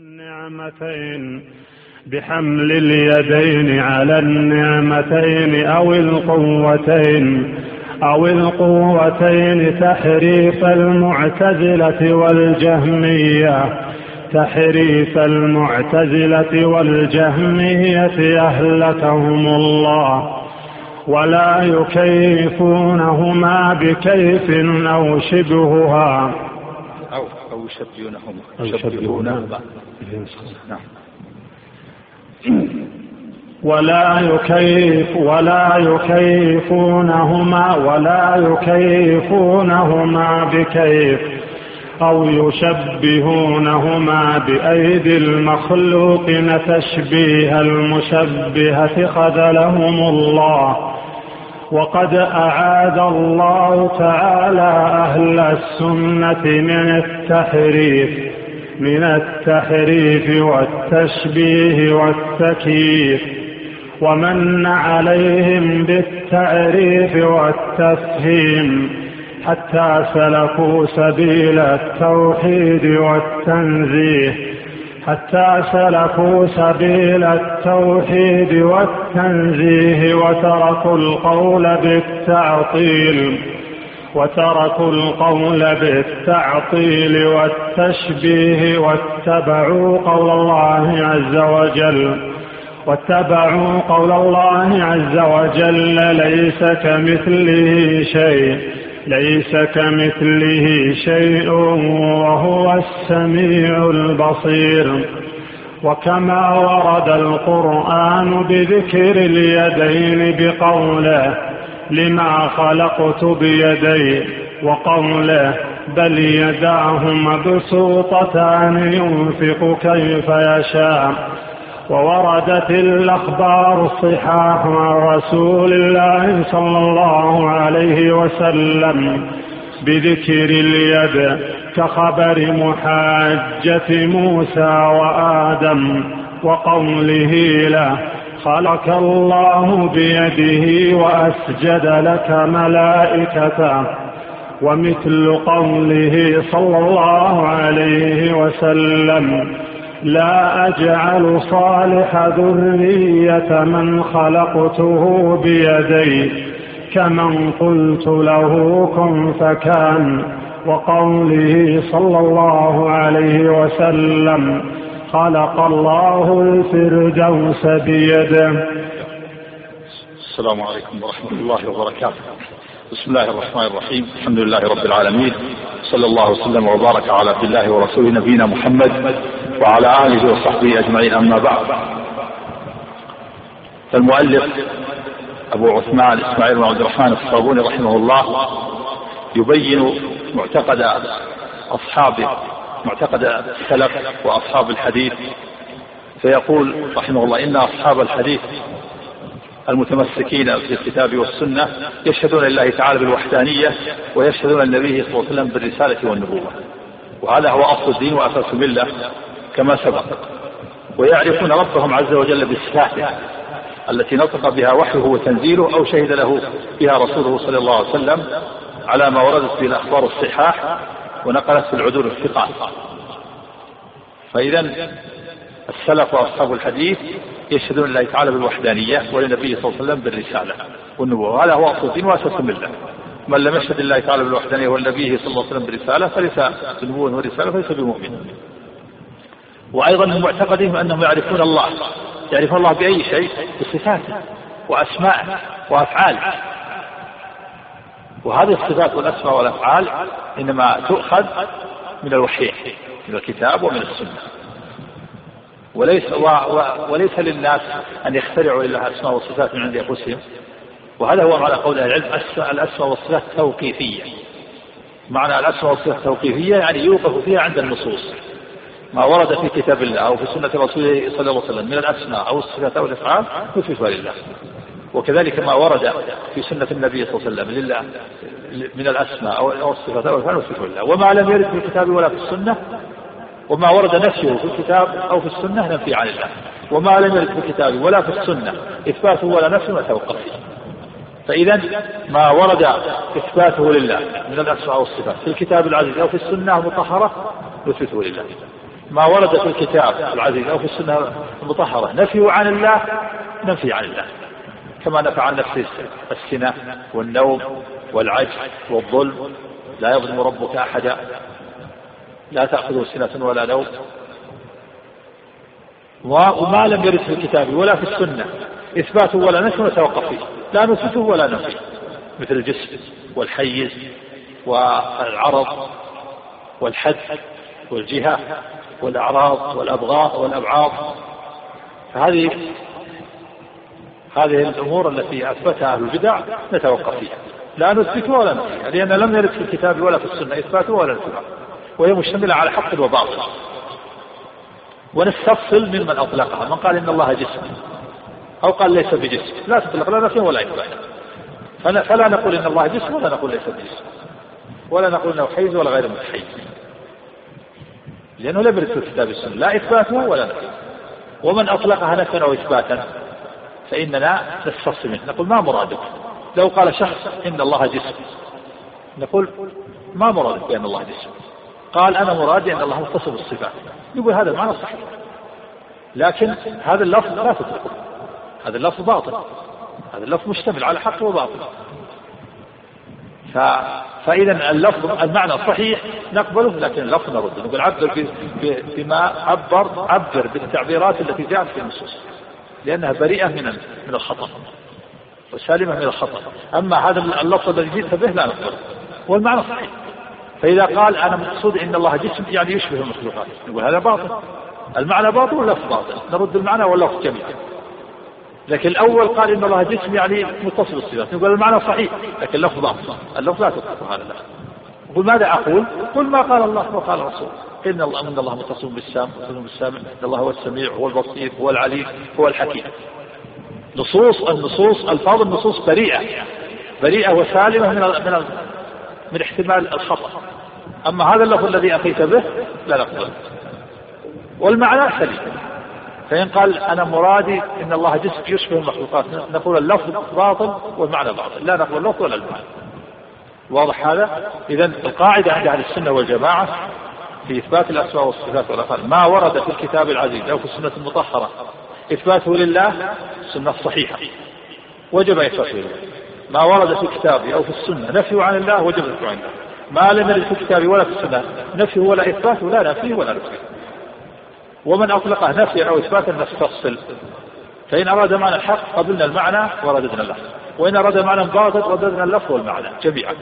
النعمتين بحمل اليدين على النعمتين أو القوتين تحريف المعتزلة والجهمية أهلكهم الله، ولا يكيفونهما بكيف أو شبهها أو يشبهونهما ولا يكيفونهما بكيف أو يشبهونهما بأيدي المخلوقين تشبيه المشبهة خذلهم الله. وقد أعاد الله تعالى أهل السنة من التحريف والتشبيه والتكييف، ومن عليهم بالتعريف والتفهيم حتى سلكوا سبيل التوحيد والتنزيه وتركوا القول بالتعطيل والتشبيه، واتبعوا قول الله عز وجل ليس كمثله شيء وهو السميع البصير. وكما ورد القرآن بذكر اليدين بقوله لما خلقت بيدي، وقوله بل يداه مبسوطتان ينفق كيف يشاء. ووردت الأخبار الصحاح عن رسول الله صلى الله عليه وسلم بذكر اليد كخبر محاجة موسى وآدم، وقوله له خلق الله بيده وأسجد لك ملائكته، ومثل قوله صلى الله عليه وسلم لا أجعل صالح ذرية من خلقته بيدي، كمن قلت له كن فكان. وقوله صلى الله عليه وسلم خلق الله الفردوس بيده. السلام عليكم ورحمة الله وبركاته. بسم الله الرحمن الرحيم، الحمد لله رب العالمين، صلى الله وسلم وبارك على عبد الله ورسوله نبينا محمد وعلى آله وصحبه أجمعين، أما بعد. فالمؤلف أبو عثمان إسماعيل بن عبد الرحمن الصابوني رحمه الله يبين معتقد السلف وأصحاب الحديث، فيقول رحمه الله إن أصحاب الحديث المتمسكين في الكتاب والسنة يشهدون لله تعالى بالوحدانية، ويشهدون النبي صلى الله عليه وسلم بالرسالة والنبوة، وهذا هو أصل الدين وأساس الملة كما سبق. ويعرفون ربهم عز وجل بصفاته التي نطق بها وحيه وتنزيله أو شهد له بها رسوله صلى الله عليه وسلم على ما وردت به الأخبار الصحاح ونقلت في العدول الثقات. فإذا السلف وأصحاب الحديث يشهدون لله تعالى بالوحدانية وللنبي صلى الله عليه وسلم بالرسالة والنبوة، وهذا هو أصل الدين وأساس الملة. من لم يشهد لله تعالى بالوحدانية والنبي صلى الله عليه وسلم بالرسالة فليس بالنبوة والرسالة فليس بمؤمن. وأيضا من معتقدهم أنهم يعرفون الله بأي شيء؟ بصفاته وأسمائه وأفعاله. وهذه الصفات والأسماء والأفعال إنما تؤخذ من الوحي، من الكتاب ومن السنة، وليس للناس أن يخترعوا إلا أسماء وصفات من عند أنفسهم. وهذا هو معنى قول العلم الأسماء والصفات توقيفية. معنى الأسماء والصفات توقيفية يعني يوقف فيها عند النصوص، ما ورد في كتاب الله أو في سنة رسوله صلى الله عليه وسلم من الأسماء أو الصفات أو الأفعال نثبتها لله، وكذلك ما ورد في سنة النبي صلى الله عليه وسلم لله من الأسماء أو الصفات أو الأفعال نثبتها لله. وما لم يرد في الكتاب ولا في السنة، وما ورد نفيه في الكتاب أو في السنة ننفي عن الله، وما لم يرد في الكتاب ولا في السنة إثباته ولا نفيه نتوقف فيه. فإذا ما ورد إثباته لله من الأسماء والصفات في الكتاب العزيز أو في السنة المطهرة نثبته لله. ما ورد في الكتاب العزيز أو في السنة المطهرة نفيه عن الله ننفي عن الله، كما نفى عن نفسه السنة والنوم والعجز والظلم. لا يظلم ربك أحدا، لا تأخذه سنة ولا نوم. وما لم يرد في الكتاب ولا في السنة إثباته ولا نفيه نتوقف فيه، لا نثبته ولا نفيه، مثل الجسم والحيز والعرض والحد والجهة والأعراض والأبعاض. فهذه الأمور التي أثبتها أهل البدع نتوقف فيها، لا نثبتها ولا نفيها، لأن لم يرد في الكتاب ولا في السنة إثباته ولا نفيها، وهي مشتملة على حق وباطل. ونستفصل ممن أطلقها، من قال إن الله جسم أو قال ليس بجسم، لا تطلق لا نفي ولا إثبات. فلا نقول إن الله جسم ولا نقول ليس بجسم، ولا نقول إنه حيز ولا غير متحيز، لأنه لم يرد في الكتاب والسنة لا إثباته ولا نفي. ومن أطلقها نفيا أو إثباتا فإننا نستفصل منه، نقول ما مرادك. لو قال شخص إن الله جسم نقول ما مرادك بأن الله جسم؟ قال أنا مرادي أن الله متصف بالصفات، يقول هذا معنى صحيح، لكن هذا اللفظ لا تطلق، هذا اللفظ باطل، هذا اللفظ مشتمل على حق وباطل. فإذا اللفظ المعنى صحيح نقبله، لكن اللفظ نرد، نقول عبر بما عبر بالتعبيرات التي جاءت في النصوص، لأنها بريئة من الخطأ وسالمة من الخطأ. أما هذا اللفظ الذي جئت به لا نقبله، والمعنى صحيح. فإذا قال أنا مقصود إن الله جسم يعني يشبه المخلوقات، نقول هذا باطل، المعنى باطل واللفظ باطل، نرد المعنى واللفظ جميعا. لكن الأول قال إن الله جسم يعني متصل بالصفات، نقول المعنى صحيح لكن اللفظ باطل، اللفظ لا تطلق هذا اللفظ. قل ماذا أقول؟ قل ما قال الله وقال الرسول، إن الله متصل بالسامع، إن الله هو السميع هو البصير هو العليم هو الحكيم. ألفاظ النصوص بريئة وسالمة من احتمال الخطأ. أما هذا اللفظ الذي أتيت به لا نقبله، والمعنى سليم. فإن قال أنا مرادي إن الله جسم يشبه المخلوقات نقول اللفظ باطل والمعنى باطل، لا نقول اللفظ ولا المعنى. واضح هذا؟ إذن القاعدة عند أهل السنة والجماعة في إثبات الأسماء والصفات والأفعال ما ورد في الكتاب العزيز أو في السنة المطهرة إثباته لله السنة الصحيحة وجب إثباته لله. ما ورد في الكتاب أو في السنة نفيه عن الله وجب إثباته عن الله. ما لم يرد في الكتاب ولا في السنة نفيه ولا إثباته لا نفيه ولا نفيه. ومن أطلقه نفيا أو إثباتا نستفصل، فإن أراد معنى الحق قبلنا المعنى ورددنا اللفظ، وإن أراد معنى باطل رددنا اللفظ والمعنى جميعا.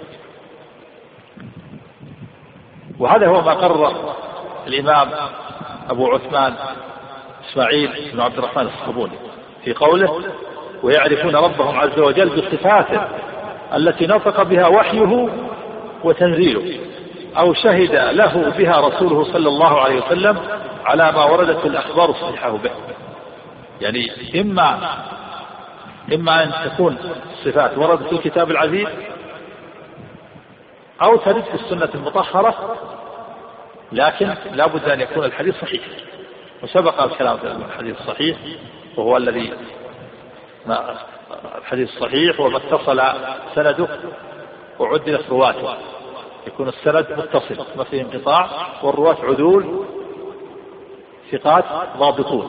وهذا هو ما قرر الإمام أبو عثمان إسماعيل بن عبد الرحمن الصابوني في قوله ويعرفون ربهم عز وجل بصفاته التي نطق بها وحيه وتنزيله أو شهد له بها رسوله صلى الله عليه وسلم على ما وردت الأخبار الصحيحة به. يعني إما أن تكون الصفات وردت في الكتاب العزيز أو ترد في السنة المطهرة، لكن لا بد أن يكون الحديث صحيح. وسبق الكلام في الحديث الصحيح وهو الذي الحديث الصحيح وما اتصل سنده وعدلت رواته، يكون السند متصل ما فيه انقطاع والرواة عدول ثقات ضابطون،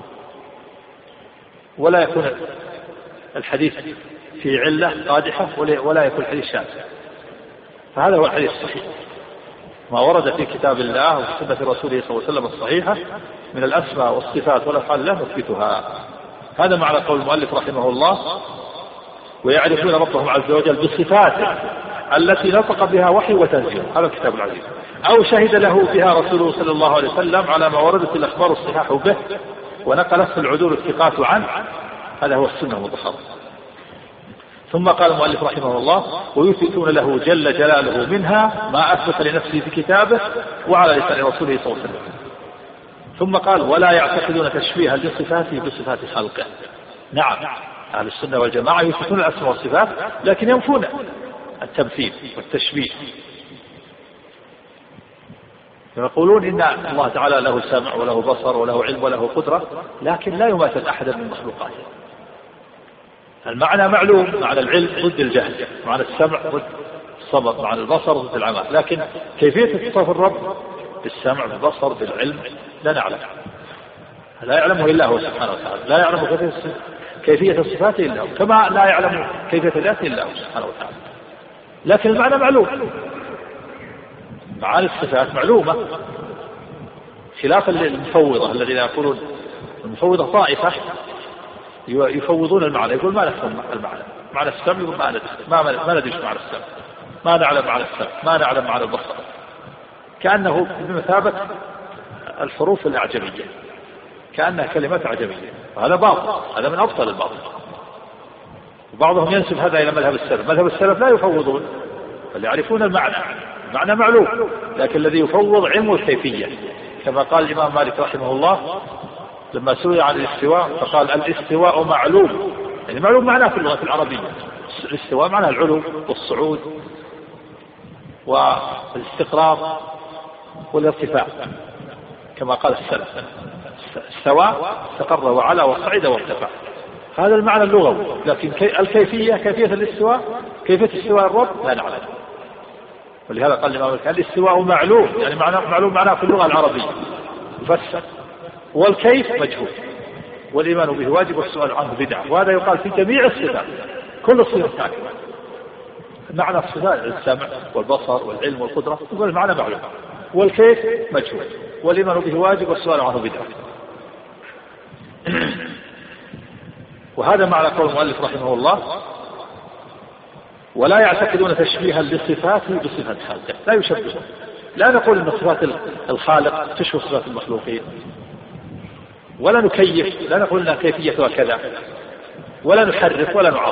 ولا يكون الحديث في علة قادحة ولا يكون الحديث شاذ. فهذا هو الحديث الصحيح، ما ورد في كتاب الله وفي سنة رسوله صلى الله عليه وسلم الصحيحة من الأسماء والصفات والأفعال لا نثبتها. هذا معنى قول المؤلف رحمه الله ويعرفون ربهم عز وجل بصفاته التي نطق بها وحي وتنزيل، هذا الكتاب العزيز، أو شهد له بها رسوله صلى الله عليه وسلم على ما وردت الأخبار الصحاح به ونقلت العدول الثقات عنه، هذا هو السنة المطهرة. ثم قال المؤلف رحمه الله ويثبتون له جل جلاله منها ما أثبت لنفسه في كتابه وعلى لسان رسوله صلى الله عليه وسلم. ثم قال ولا يعتقدون تشبيها لصفاته بصفات خلقه. نعم أهل السنة والجماعة يثبتون الأسماء والصفات لكن ينفون التمثيل والتشبيه، يقولون إن الله تعالى له سمع وله بصر وله علم وله قدرة، لكن لا يماثل أحدا من مخلوقاته. المعنى معلوم، معنى العلم ضد الجهل، معنى السمع ضد الصبر، معنى البصر ضد العمى، لكن كيفية اتصاف الرب بالسمع بالبصر بالعلم لا نعلم، لا يعلمه إلا هو سبحانه وتعالى، لا يعلم كيفية الصفات إلا هو، كما لا يعلم كيفية الذات إلا هو سبحانه وتعالى. لكن المعنى معلوم، معاني الصفات معلومة، خلافا للمفوضة الذين يقولون، المفوضة طائفة يفوضون المعنى، يقول ما نفهم المعنى، معنى السمع يقول ما ندري معنى السمع، ما نعلم معنى السمع، ما نعلم معنى البصر، كأنه بمثابة الحروف الأعجمية، كأنها كلمات أعجمية، وهذا باطل، هذا من أبطل الباطل. وبعضهم ينسب هذا إلى مذهب السلف، مذهب السلف لا يفوضون بل يعرفون المعنى معلوم، لكن الذي يفوض علم الكيفية، كما قال الإمام مالك رحمه الله لما سئل عن الاستواء فقال الاستواء معلوم، يعني معلوم معناه في اللغة العربية، الاستواء معناه العلو والصعود والاستقرار والارتفاع، كما قال السلف استوى استقر وعلى وصعد وارتفع، هذا المعنى اللغوي. لكن الكيفية، كيفية الاستواء، كيفية استواء الرب لا نعلم، ولهذا قال الإمام الاستواء معلوم، يعني معلوم معناه في اللغة العربية يفسر، والكيف مجهول، والإيمان به واجب والسؤال عنه بدعة، وهذا يقال في جميع الصفات، كل الصفات كاملة، معنى الصفات السمع والبصر والعلم والقدرة يقول المعنى معلوم، والكيف مجهول، والإيمان به واجب والسؤال عنه بدعة. وهذا معنى قول المؤلف رحمه الله ولا يعتقدون تشبيها لصفاته بصفات خالقه، لا يشبهون، لا نقول ان صفات الخالق تشبه صفات المخلوقين، ولا نكيف، لا نقول انها كيفيتها كذا، ولا نحرف ولا نعطل.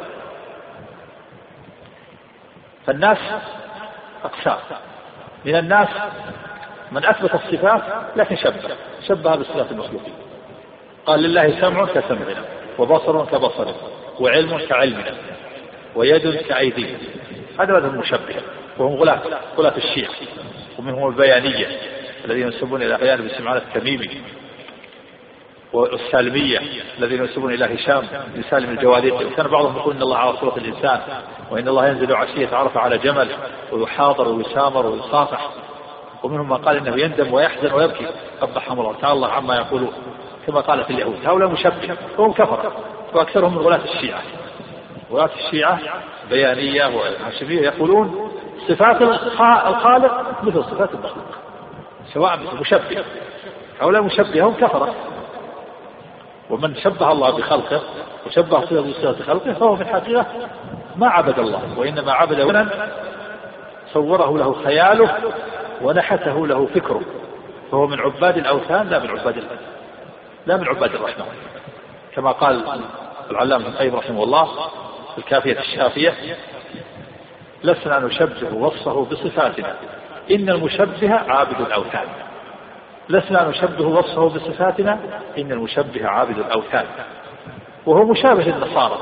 فالناس أقسام، من الناس من أثبت الصفات لكن شبه بصفات المخلوقين، قال لله سمع كسمعنا وبصر كبصرنا وعلم كعلمنا ويد كأيدينا، هذا مذهب المشبهة، وهم غلاة الشيعة، ومنهم البيانية الذين ينسبون إلى بيان بن سمعان التميمي، والسالمية الذين ينسبون إلى هشام بن سالم الجواليقي، وكان بعضهم يقول إن الله على صورة الإنسان، وإن الله ينزل عشية عرفة على جمل ويحاضر ويسامر ويصافح، ومنهم من قال إنه يندم ويحزن ويبكي قبحهم الله تعالى الله عما يقولون، كما قالت اليهود. هؤلاء مشبهة وهم كفرة، وأكثرهم من غلاة الشيعة. غلاة الشيعة بيانية وهاشمية يقولون صفات الخالق مثل صفات المخلوق، سواء مشبهة، هؤلاء مشبهة هم كفرة. ومن شبه الله بخلقه وشبه صفة بصفة خلقه فهو في الحقيقة ما عبد الله، وإنما عبد وثنا صوره له خياله ونحته له فكره، فهو من عباد الأوثان لا من عباد الرحمن، كما قال العلامة ابن القيم رحمه الله في الكافية الشافية لسنا نشبه وصفه بصفاتنا إن المشبه عابد الأوثان، لسنا نشبه وصفه بصفاتنا إن المشبه عابد الأوثان، وهو مشابه للنصارى،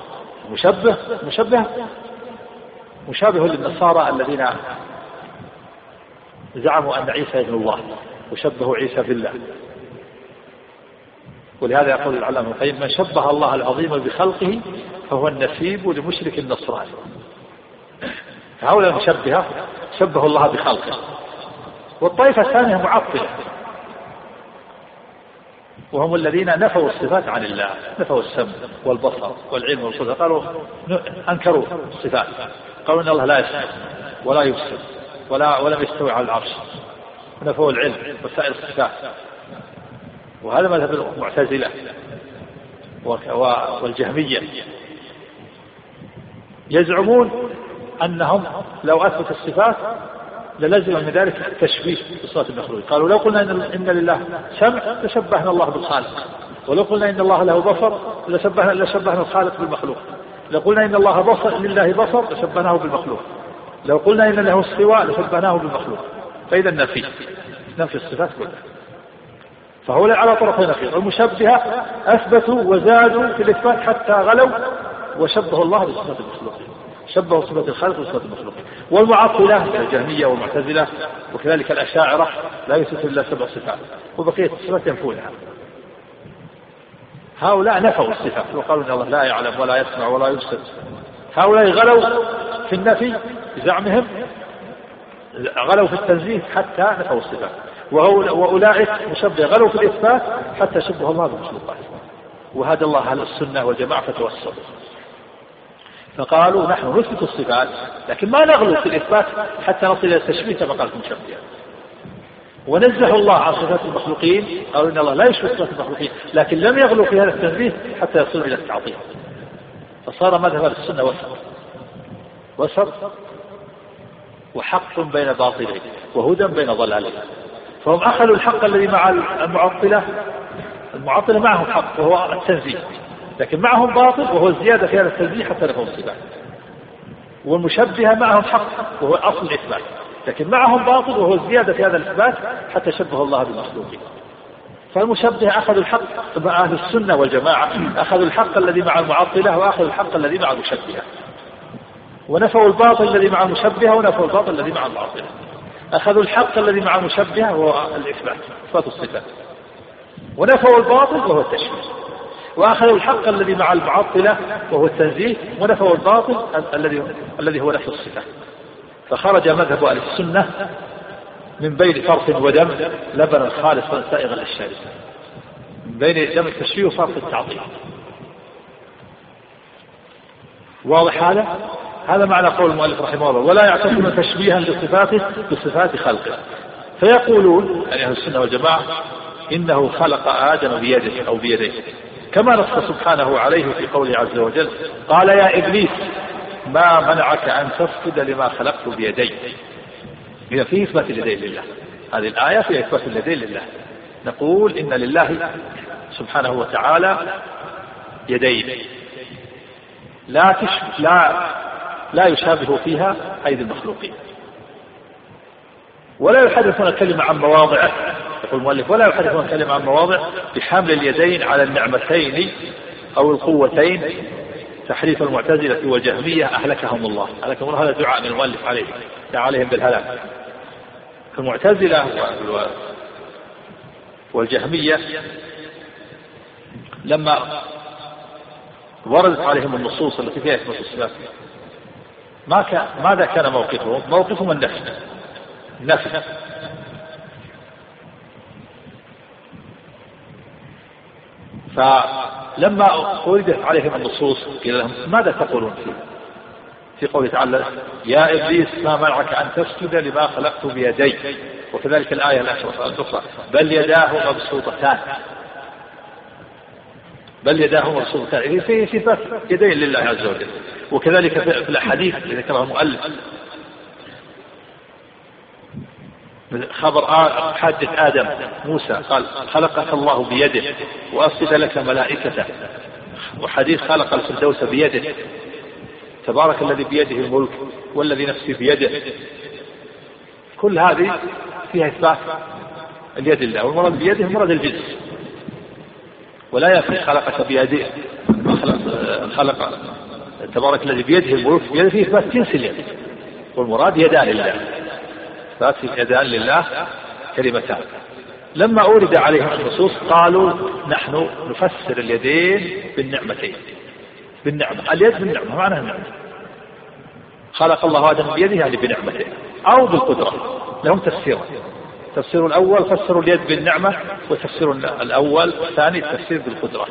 مشابه للنصارى الذين زعموا أن عيسى ابن الله وشبهوا عيسى بالله. ولهذا يقول العلامة ابن القيم من شبه الله العظيم بخلقه فهو النسيب لمشرك النصراني. هؤلاء المشبهة شبهوا الله بخلقه. والطائفة الثانية معطلة، وهم الذين نفوا الصفات عن الله، نفوا السمع والبصر والعلم والقدرة، قالوا أنكروا الصفات، قالوا إن الله لا يسمع ولا يبصر ولم يستوي على العرش، نفوا العلم وسائر الصفات. وهذا مذهب المعتزلة والجهمية، يزعمون أنهم لو أثبت الصفات للزم من ذلك التشبيه بصفات المخلوق. قالوا لو قلنا إن لله سمع لشبهنا الله بالخالق، ولو قلنا إن الله له بصر لشبهنا الخالق بالمخلوق، لو قلنا إن الله لله بصر لشبهناه بالمخلوق، لو قلنا إن له استواء لشبهناه بالمخلوق. فإذا نفي الصفات كلها. فهؤلاء على طرفين نقيض، المشبهة أثبتوا وزادوا في الإثبات حتى غلوا وشبهوا الله بصفات المخلوق، شبهوا صفات الخالق بصفات المخلوق. والمعطلة الجهمية والمعتزلة وكذلك الأشاعرة لا يثبت إلا 7 صفات وبقية الصفات ينفونها. هؤلاء نفوا الصفات وقالوا إن الله لا يعلم ولا يسمع ولا يبصر. هؤلاء غلوا في النفي بزعمهم، غلوا في التنزيه حتى نفوا الصفات، وأولئك مشبه غلوا في الإثبات حتى شبه الله بالمخلوقات. وهذا الله أهل السنة والجماعة فتوسطوا، فقالوا نحن نثبت الصفات لكن ما نغلو في الإثبات حتى نصل إلى التشبيه كما قال المشبه. ونزه الله عن صفات المخلوقين، قالوا إن الله لا يشبه صفات المخلوقين، لكن لم يغلو في هذا التنزيه حتى يصل إلى التعطيل. فصار مذهب السنة وسط وحق بين باطلين وهدى بين ضلالين. فهم أخذوا الحق الذي مع المعطلة معهم حق وهو التنزيه، لكن معهم باطل وهو الزيادة في هذا التنزيه حتى نفوا الصفات. والمشبهة معهم حق وهو أصل الإثبات، لكن معهم باطل وهو الزيادة في هذا الإثبات حتى شبه الله بالمخلوقين. فالمشبه أخذوا الحق مع أهل السنة والجماعة، أخذوا الحق الذي مع المعطلة وأخذوا الحق الذي مع المشبهة، ونفوا الباطل الذي مع المشبهة ونفوا الباطل الذي مع المعطلة. أخذوا الحق الذي مع المشبهة وهو الإثبات، إثبات الصفات، ونفوا الباطل وهو التشبيه. وأخذوا الحق الذي مع المعطلة وهو التنزيه، ونفوا الباطل الذي هو نفي الصفات. فخرج مذهب أهل السنة من بين فرث ودم لبنا خالصا سائغا للشارب، من بين دم التشبيه وفرث التعطيل. واضح هذا معنى قول المؤلف رحمه الله: ولا يعتقدون تشبيها لصفاته بصفات خلقه. فيقولون يعني أهل السنة والجماعة إنه خلق آدم بيده أو بيديه، كما نص سبحانه عليه في قوله عز وجل: قال يا إبليس ما منعك أن تسجد لما خلقت بيدي. هي فيه إثبات اليدين لله، هذه الآية فيها إثبات اليدين لله. نقول إن لله سبحانه وتعالى يدين لا يشابه فيها أيدي المخلوقين. ولا يحدثون الكلمة عن مواضعه، يقول المؤلف: ولا يحدثون الكلمة عن مواضع بحمل اليدين على النعمتين أو القوتين، تحريف المعتزلة والجهمية أهلكهم الله. هذا دعاء من المؤلف عليهم بالهلاك. المعتزلة والجهمية لما وردت عليهم النصوص التي فيها إثبات الصفات ماذا كان موقفهم؟ موقفهم النفي. فلما وردت عليهم النصوص قيل لهم: ماذا تقولون في قوله تعالى: يا إبليس ما منعك أن تسجد لما خلقت بيدي؟ وكذلك الآية الأخرى: بل يداه مبسوطتان. في صفات يدين لله عز وجل. وكذلك في الحديث الذي ذكره المؤلف خبر حادث آدم موسى قال: خلقك الله بيده وأسجد لك ملائكته. وحديث خلق الفردوس بيده، تبارك الذي بيده الملك والذي نفسي بيده. كل هذه فيها إثبات اليد لله، والمراد بيده مراد الجنس، ولا يكفي خلقك بيده. خلق تبارك الذي بيده الملك بيده، فيه إثبات جنس اليد، والمراد يدان لله، إثبات اليدان لله كلمتان. لما أورد عليهم النصوص قالوا: نحن نفسر اليدين بالنعمتين. بالنعمة، اليد بالنعمة معناها النعمة. خلق الله آدم بيده يعني بنعمته أو بالقدرة. لهم تفسير الأول فسروا اليد بالنعمة، وتفسير الأول الثاني التفسير بالقدرة.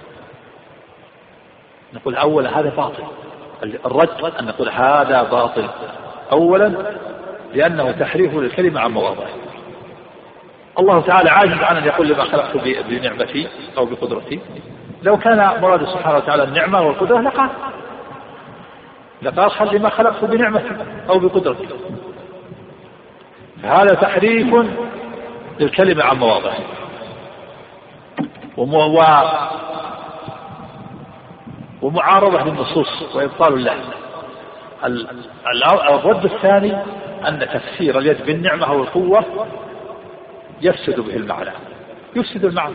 نقول أولا هذا باطل، الرد أن نقول هذا باطل. أولا لأنه تحريف للكلمة عن مواضعه. الله تعالى عاجز عن أن يقول لما خلقت بنعمتي أو بقدرتي. لو كان مراد سبحانه وتعالى النعمة والقدرة لقال خل لما خلقت بنعمتي أو بقدرتي. فهذا تحريف للكلمة عن مواضعه ومعارضة للنصوص وإبطال الله. الرد الثاني أن تفسير اليد بالنعمة أو القوة يفسد به المعنى، يفسد المعنى،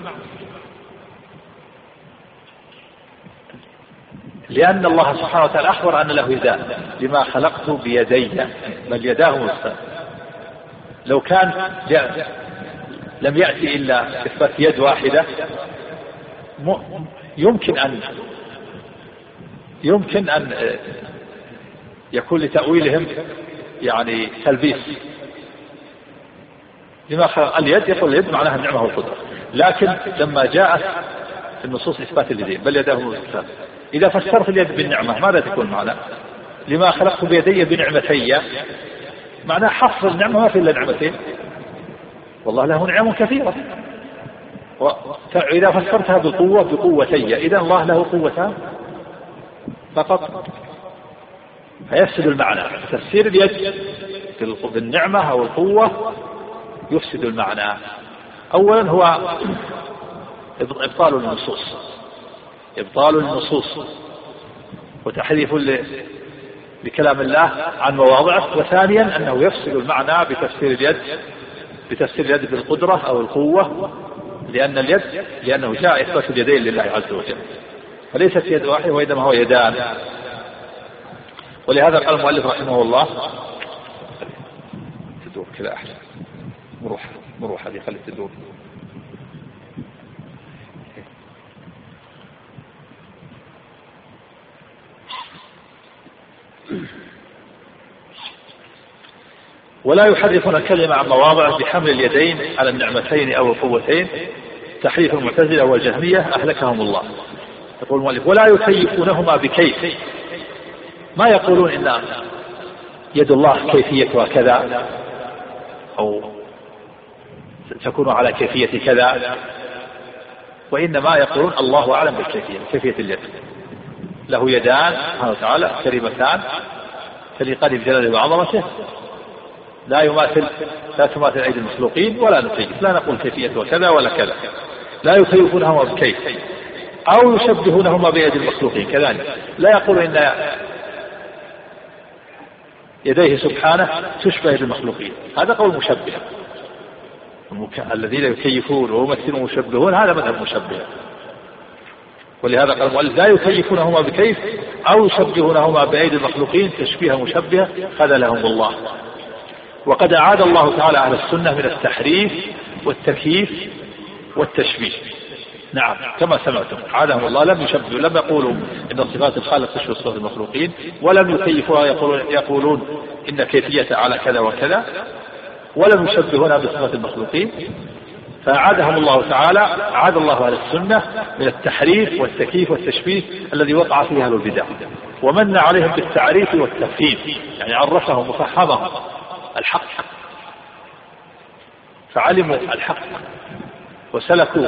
لأن الله سبحانه وتعالى أخبر أن له يدان لما خلقت بيدي، بل يداه مبسوطتان. لو كان لم يأتي إلا إثبات يد واحدة يمكن أن يكون لتأويلهم يعني تلبيس اليد يقول اليد معناها النعمة والقدرة، لكن لما جاءت في النصوص إثبات اليدين بل يداه مبسوطتان، إذا فسرت اليد بالنعمة ماذا تكون معنى؟ لما خلقت بيدي بنعمتي، معناه حصر النعمة ما في إلا نعمتين، والله له نعم كثيرة. وإذا فسرتها بالقوة بقوتي، إذا الله له قوتان فقط، فيفسد المعنى. تفسير اليد بالنعمة أو القوة يفسد المعنى. أولا هو إبطال النصوص وتحريف لكلام الله عن مواضعه. وثانيا أنه يفسد المعنى بتفسير اليد بالقدرة أو القوة، لأنه جاء إثبات اليدين لله عز وجل، فليست يد واحدة وإنما هو يدان. ولهذا قال المؤلف رحمه الله تدور كذا أحسن، مروح هذه خلي تدور. ولا يحرفون الكلمة عن مواضعه بحمل اليدين على النعمتين أو القوتين، تحريف المعتزلة والجهمية أهلكهم الله. يقول المؤلف ولا يكيفونهما بكيف، ما يقولون إن يد الله كيفيتها كذا أو تكون على كيفية كذا، وإنما يقولون الله أعلم بالكيفية، كيفية اليد. له يدان سبحانه وتعالى كريمتان تليقان بجلاله وعظمته، لا تماثل أيدي المخلوقين ولا نكيف، لا نقول كيفية وكذا ولا كذا. لا يكيفونهما بكيف أو يشبهونهما بيد المخلوقين كذلك، لا يقول إن يديه سبحانه تشبه المخلوقين، هذا قول مشبه. الذين يكيفون ويمثلون ويشبهون هذا مذهب مشبه. ولهذا قال المؤلف لا يكيفونهما بكيف أو يشبهونهما بأيدي المخلوقين تشبيه مشبه خذلهم الله. وقد أعاد الله تعالى أهل السنة من التحريف والتكييف والتشبيه، نعم كما سمعتم عادهم الله، لم يشبهوا، لم يقولوا إن صفات الخالق تشبه صفات المخلوقين، ولم يكيفوها يقولون إن كيفية على كذا وكذا، ولم يشبهونها بصفات المخلوقين. فأعادهم الله تعالى، أعاد الله أهل السنة من التحريف والتكييف والتشبيه الذي وقع فيه أهل البدع، ومن عليهم بالتعريف والتفهيم، يعني عرفهم وفهمهم الحق فعلموا الحق وسلكوا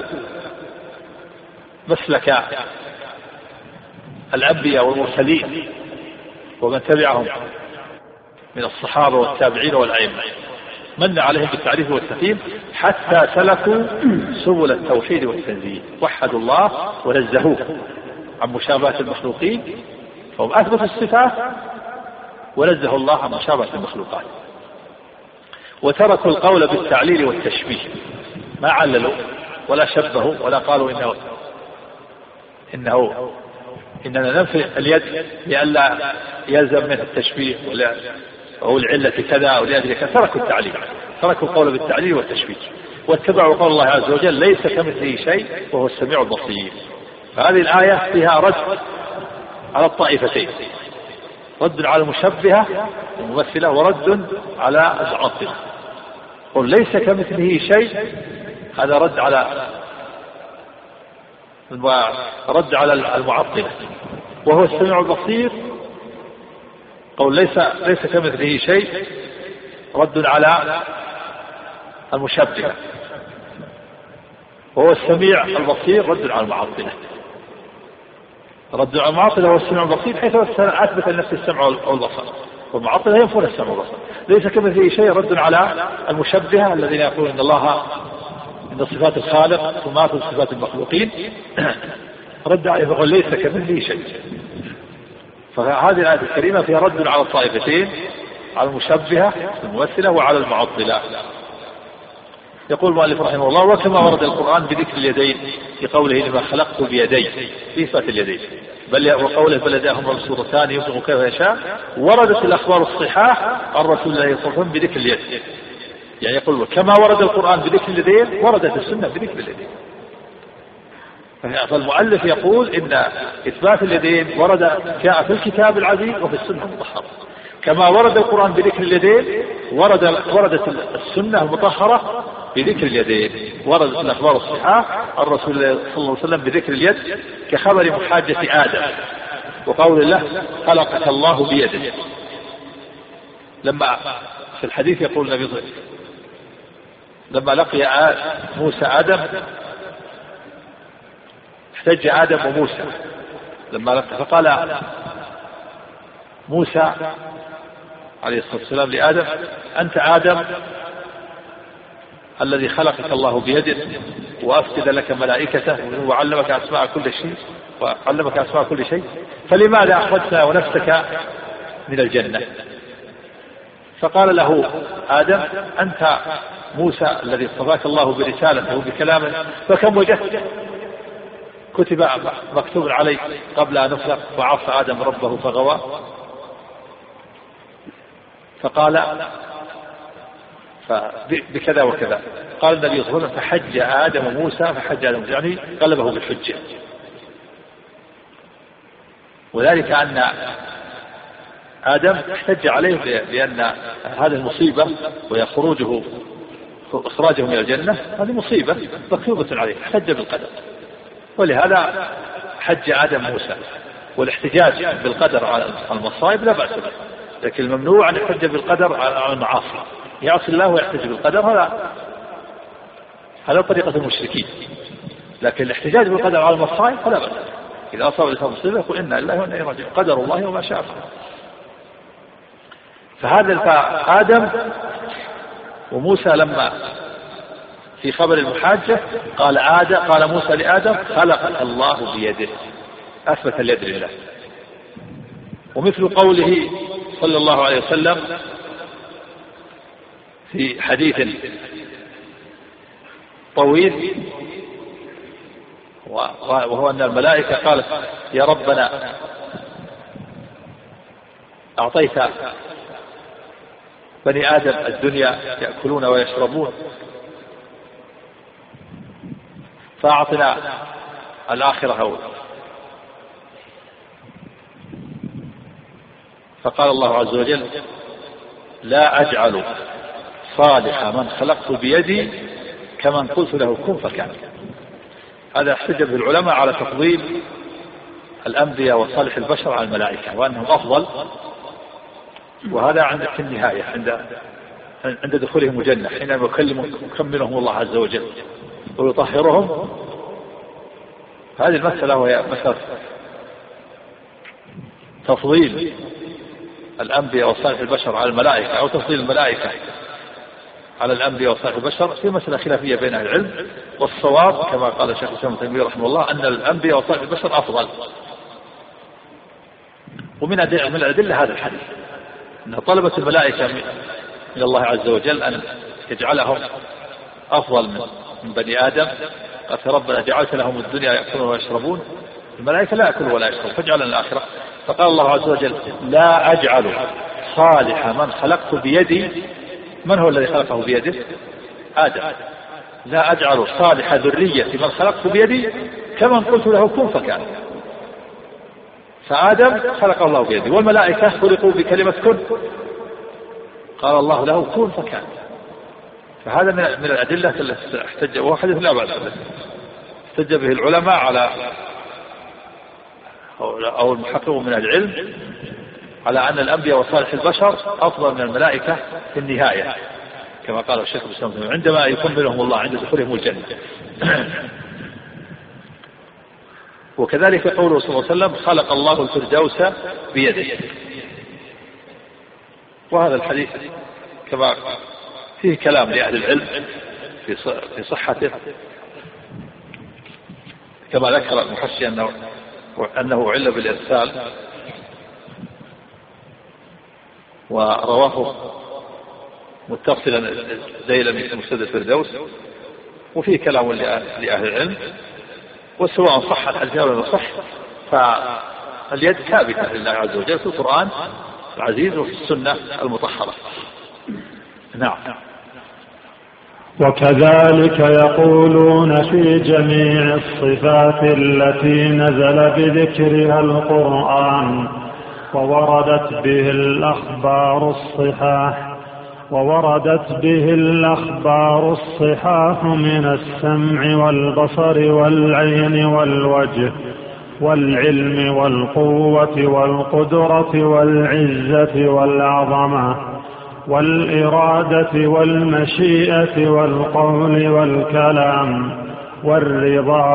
مسلك الأنبياء والمرسلين ومن تبعهم من الصحابة والتابعين والأئمة، من عليهم بالتعريف والتفهيم حتى سلكوا سبل التوحيد والتنزيه، وحدوا الله ونزهوه عن مشابهة المخلوقين، فهم أثبتوا الصفات ونزهوا الله عن مشابهة المخلوقات، وتركوا القول بالتعليل والتشبيه، ما عللوا ولا شبهوا ولا قالوا إننا ننفي اليد لئلا يلزم منه التشبيه أو العلة كذا أو لأجل كذا. تركوا التعليل، تركوا القول بالتعليل والتشبيه، واتبعوا قول الله عز وجل ليس كمثله شيء وهو السميع البصير. فهذه الآية فيها رد على الطائفتين، رد على المشبهة الممثلة ورد على المعطلة. قل ليس كمثله شيء، هذا رد على المعطلة، وهو السميع البصير قول ليس كمثله شيء رد على المشبهة، وهو السميع البصير رد على المعطلة. رد على المعطلة هو السميع البصير حيث أثبت لنفسه السمع والبصر، والمعطلة ينفون السمع والبصر. ليس كمثله شيء رد على المشبهة الذين يقولون إن صفات الخالق تماثل صفات المخلوقين، رد عليه فقال ليس كمثله شيء. فهذه الآية الكريمة فيها رد على الطائفتين، على المشبهة الممثلة وعلى المعطلة. يقول المؤلف رحمه الله وكما ورد القرآن بذكر اليدين في قوله لما خلقت بيدي في صفات اليدين، بل وقوله بل يداه مبسوطتان ينفق كيف يشاء، وردت الأخبار الصحاح عن رسول الله صلى الله عليه وسلم بذكر اليد. يعني يقول كما ورد القرآن بذكر اليدين وردت السنة بذكر اليدين. فالمؤلف يقول إن إثبات اليدين جاء في الكتاب العزيز وفي السنة المطهرة، كما ورد القرآن بذكر اليدين وردت السنة المطهرة بذكر اليدين. وردت الأخبار الصحيحة الرسول صلى الله عليه وسلم بذكر اليد كخبر محاجة آدم وقول الله خلقك الله بيده. لما في الحديث يقول النبي لما لقي موسى آدم احتج آدم وموسى لما لقي فقال موسى عليه الصلاة والسلام لآدم أنت آدم الذي خلقك الله بيده وأفسد لك ملائكته وعلمك أسماء كل شيء فلماذا أخرجت ونفسك من الجنة؟ فقال له آدم أنت موسى الذي اصطفاك الله برسالته وبكلامه فكم وجدت كتب مكتوب عليك قبل أن نخلق وعصى آدم ربه فغوى. فقال بكذا وكذا. قال النبي صلى الله عليه وسلم فحج آدم موسى يعني غلبه بالحجة. وذلك أن آدم احتج عليه بأن هذه المصيبة وهي إخراجه من الجنة هذه مصيبة مكتوبة عليه احتج بالقدر. ولهذا حج آدم موسى. والاحتجاج بالقدر على المصائب لا بأس به، لكن الممنوع أن يحتج بالقدر على المعاصي. يعصي الله ويحتج بالقدر هذا طريقة المشركين. لكن الاحتجاج بالقدر على المصائب فلا بأس. إذا أصاب الإنسان مصيبة يقول إنا لله وإنا إليه راجعون قدر الله وما شاء فعل. فهذا آدم وموسى لما في خبر المحاجة قال موسى لآدم خلقك الله بيده أثبت اليد لله. ومثل قوله صلى الله عليه وسلم في حديث طويل وهو أن الملائكة قالت يا ربنا أعطيت بني آدم الدنيا يأكلون ويشربون فأعطنا الآخرة. فقال الله عز وجل لا أجعل صالح من خلقت بيدي كمن قلت له كن فكان. هذا احتج به العلماء على تفضيل الأنبياء وصالح البشر على الملائكة وأنهم أفضل. وهذا في النهاية عند دخولهم الجنة حينما يكملهم الله عز وجل ويطهرهم. هذه المسألة وهي مسألة تفضيل الأنبياء وصالح البشر على الملائكة أو تفضيل الملائكة على الأنبياء وصالح البشر في مسألة خلافية بين أهل العلم. والصواب كما قال الشيخ الإسلام ابن تيمية رحمه الله أن الأنبياء وصالح البشر أفضل. ومن الأدلة هذا الحديث أن طلبة الملائكة من الله عز وجل أن يجعلهم أفضل من بني آدم. قال ربنا جعلت لهم الدنيا يأكلون ويشربون الملائكة لا يأكلون ولا يشربون فاجعلنا الآخرة. فقال الله عز وجل لا أجعل صالح من خلقت بيدي. من هو الذي خلقه بيده؟ آدم. لا أجعل صالح ذرية من خلقت بيدي كمن قلت له كن فكان. فآدم خلق الله بيده والملائكة خلقوا بكلمة كن قال الله له كن فكان. فهذا من الأدلة التي احتج وهو حديث لا بأس به احتج به العلماء على أو المحققون من العلم على أن الأنبياء وصالح البشر أفضل من الملائكة في النهاية كما قال الشيخ الإسلام عندما يكملهم الله عند دخولهم الجنة. وكذلك قوله صلى الله عليه وسلم خلق الله الفردوس بيده. وهذا الحديث كما فيه كلام لأهل العلم في صحته كما ذكر المحشي أنه عل بالإرسال ورواه متصلا ديلمي في مسند الفردوس. وفيه كلام لأهل العلم وسواء صح الحديث أو لم يصح فاليد ثابتة لله عز وجل في القرآن العزيز وفي السنة المطهرة. نعم. وكذلك يقولون في جميع الصفات التي نزل بذكرها القرآن ووردت به الأخبار الصحاح من السمع والبصر والعين والوجه والعلم والقوة والقدرة والعزة والعظمة والإرادة والمشيئة والقول والكلام والرضا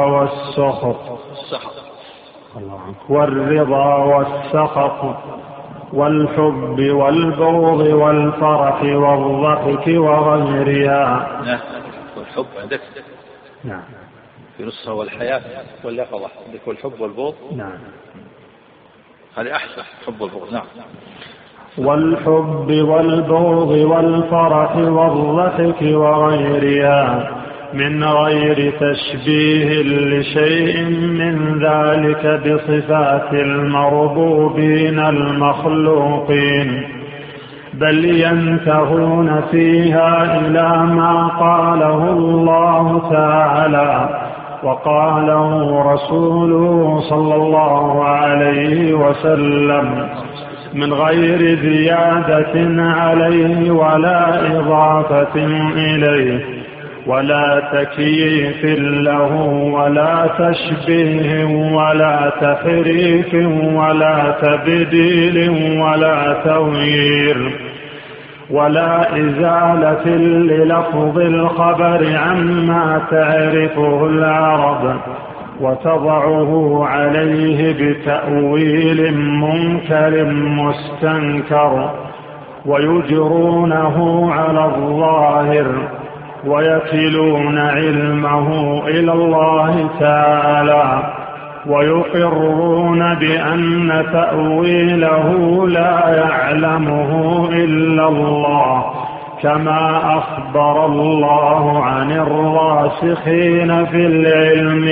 والسخط والحب والبغض والفرح والضحك وغيرها. والحب عندك نعم في نصها والحياة واليقظة عندك والحب والبغض. نعم هذه أحسن حب والبغض. نعم والحب والبغض والفرح والضحك وغيرها من غير تشبيه لشيء من ذلك بصفات المربوبين المخلوقين، بل ينتهون فيها إلى ما قاله الله تعالى وقاله رسوله صلى الله عليه وسلم من غير زيادة عليه ولا إضافة إليه ولا تكييف له ولا تشبيه ولا تحريف ولا تبديل ولا تغيير ولا إزالة للفظ الخبر عما تعرفه العرب وتضعه عليه بتأويل منكر مستنكر، ويجرونه على الظاهر ويكلون علمه إلى الله تعالى، ويقرون بأن تأويله لا يعلمه إلا الله، كما أخبر الله عن الراسخين في العلم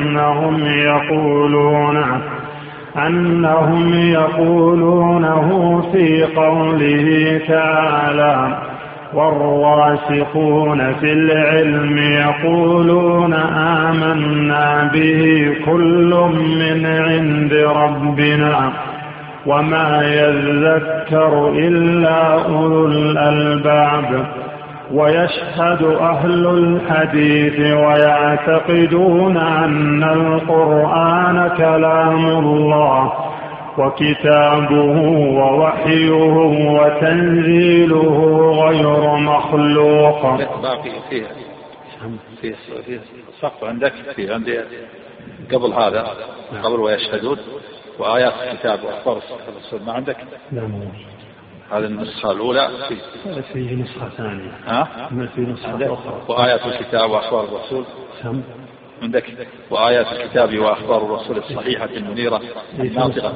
أنهم يقولونه في قوله تعالى والراسخون في العلم يقولون آمنا به كل من عند ربنا وما يذكر إلا أولو الألباب. ويشهد أهل الحديث ويعتقدون أن القرآن كلام الله وكتابه ووحيه وتنزيله غير مخلوق. باقي فيه سقف عندك في عندي قبل هذا قبل ويشهدون وآيات الكتاب وأخبار الرسول ما عندك؟ نعم هذه النسخة الأولى فيه نسخة ثانية. في نسخة أخرى وآيات الكتاب وأخبار الرسول عندك وآيات الكتاب وأخبار الرسول الصحيحة المنيرة الناطقة.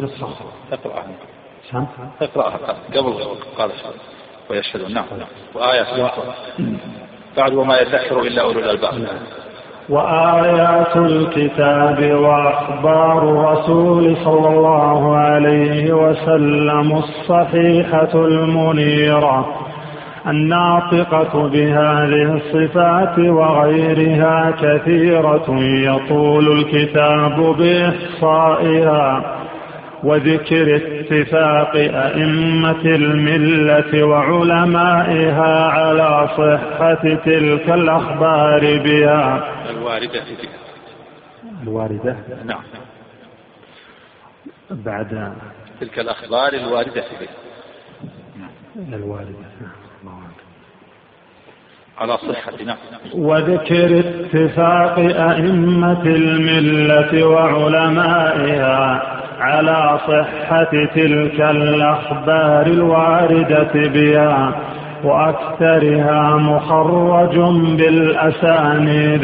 اقرأها قبل قال ويشهدون. نعم وآيات الكتاب بعد وما يذكر إلا أولو الألباب. وآيات الكتاب وأخبار الرسول صلى الله عليه وسلم الصحيحة المنيرة الناطقة بهذه الصفات وغيرها كثيرة يطول الكتاب بإحصائها وذكر اتفاق أئمة الملة وعلمائها على صحة تلك الأخبار بها الواردة. نعم بعد تلك الأخبار الواردة بها الواردة على صحة. نعم وذكر اتفاق أئمة الملة وعلمائها على صحة تلك الأخبار الواردة بها وأكثرها مخرج بالأسانيد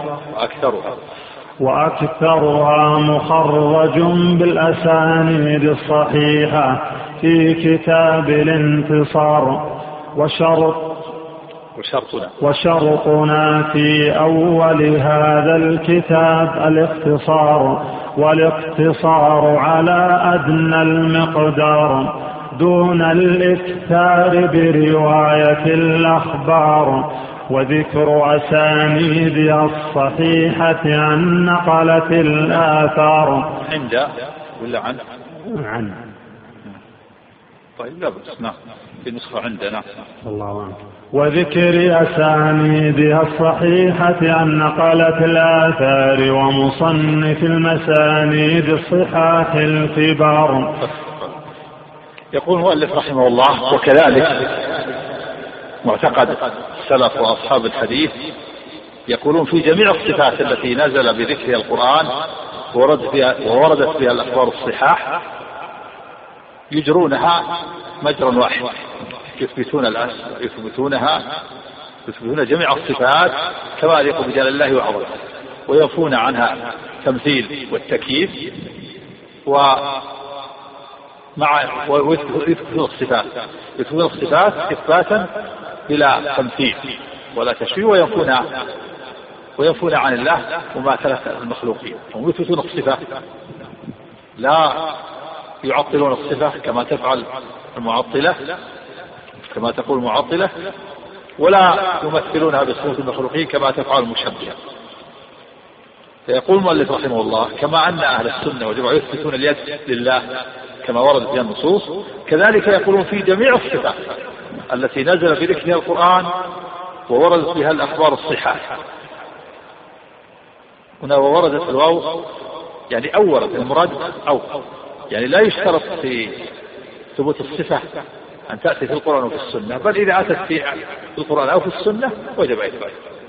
الصحيحة في كتاب الانتصار. وشرطنا في أول هذا الكتاب الاختصار، والاقتصار على أدنى المقدار دون الإكثار برواية الأخبار، وذكر أسانيدها الصحيحة عن نقلة الآثار. عند ولا طيب لا بس نعم في نسخة عندنا. الله عنه. وذكر أسانيدها الصحيحة عن نقلة الآثار ومصنف المسانيد الصحاح الكبار. يقول المؤلف رحمه الله: وكذلك معتقد السلف وأصحاب الحديث يقولون في جميع الصفات التي نزل بذكرها القرآن ووردت بها الأخبار الصحاح يجرونها مجرا واحد، يثبتون جميع الصفات كما يليق بجلال الله وعظمته، وينفون عنها تمثيل والتكييف، ويثبتون الصفات إثباتا بلا تمثيل ولا تشبيه، وينفون عن الله مماثلة المخلوقين. ويثبتون الصفة، لا يعطلون الصفة كما تفعل المعطلة، كما تقول المعطلة، ولا يمثلونها بصفة المخلوقين كما تفعل المشبهة. فيقول المؤلف رحمه الله: كما أن أهل السنة والجماعة يثبتون اليد لله كما ورد فيها النصوص، كذلك يقولون في جميع الصفات التي نزل بذكرها القرآن ووردت بها الأخبار الصحاح. هنا ووردت الواو يعني أورد، المراد أو يعني لا يشترط في ثبوت الصفة أن تأتي في القرآن وفي السنة، بل إذا أتت في القرآن أو في السنة وجب إثباتها.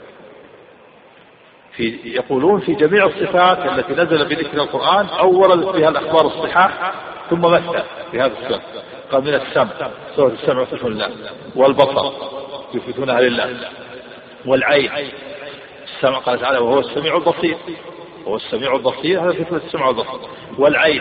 يقولون في جميع الصفات التي نزل بذكر القرآن أو وردت بها الأخبار الصحاح، ثم مثل في هذا السنة قال: من السمع، سورة السمع يثبتون الله، والبصر يثبتونها لله، والعين، السمع قال تعالى: وهو السميع البصير، هو السميع البصير، هذا يثبت السمع والبصر. والعين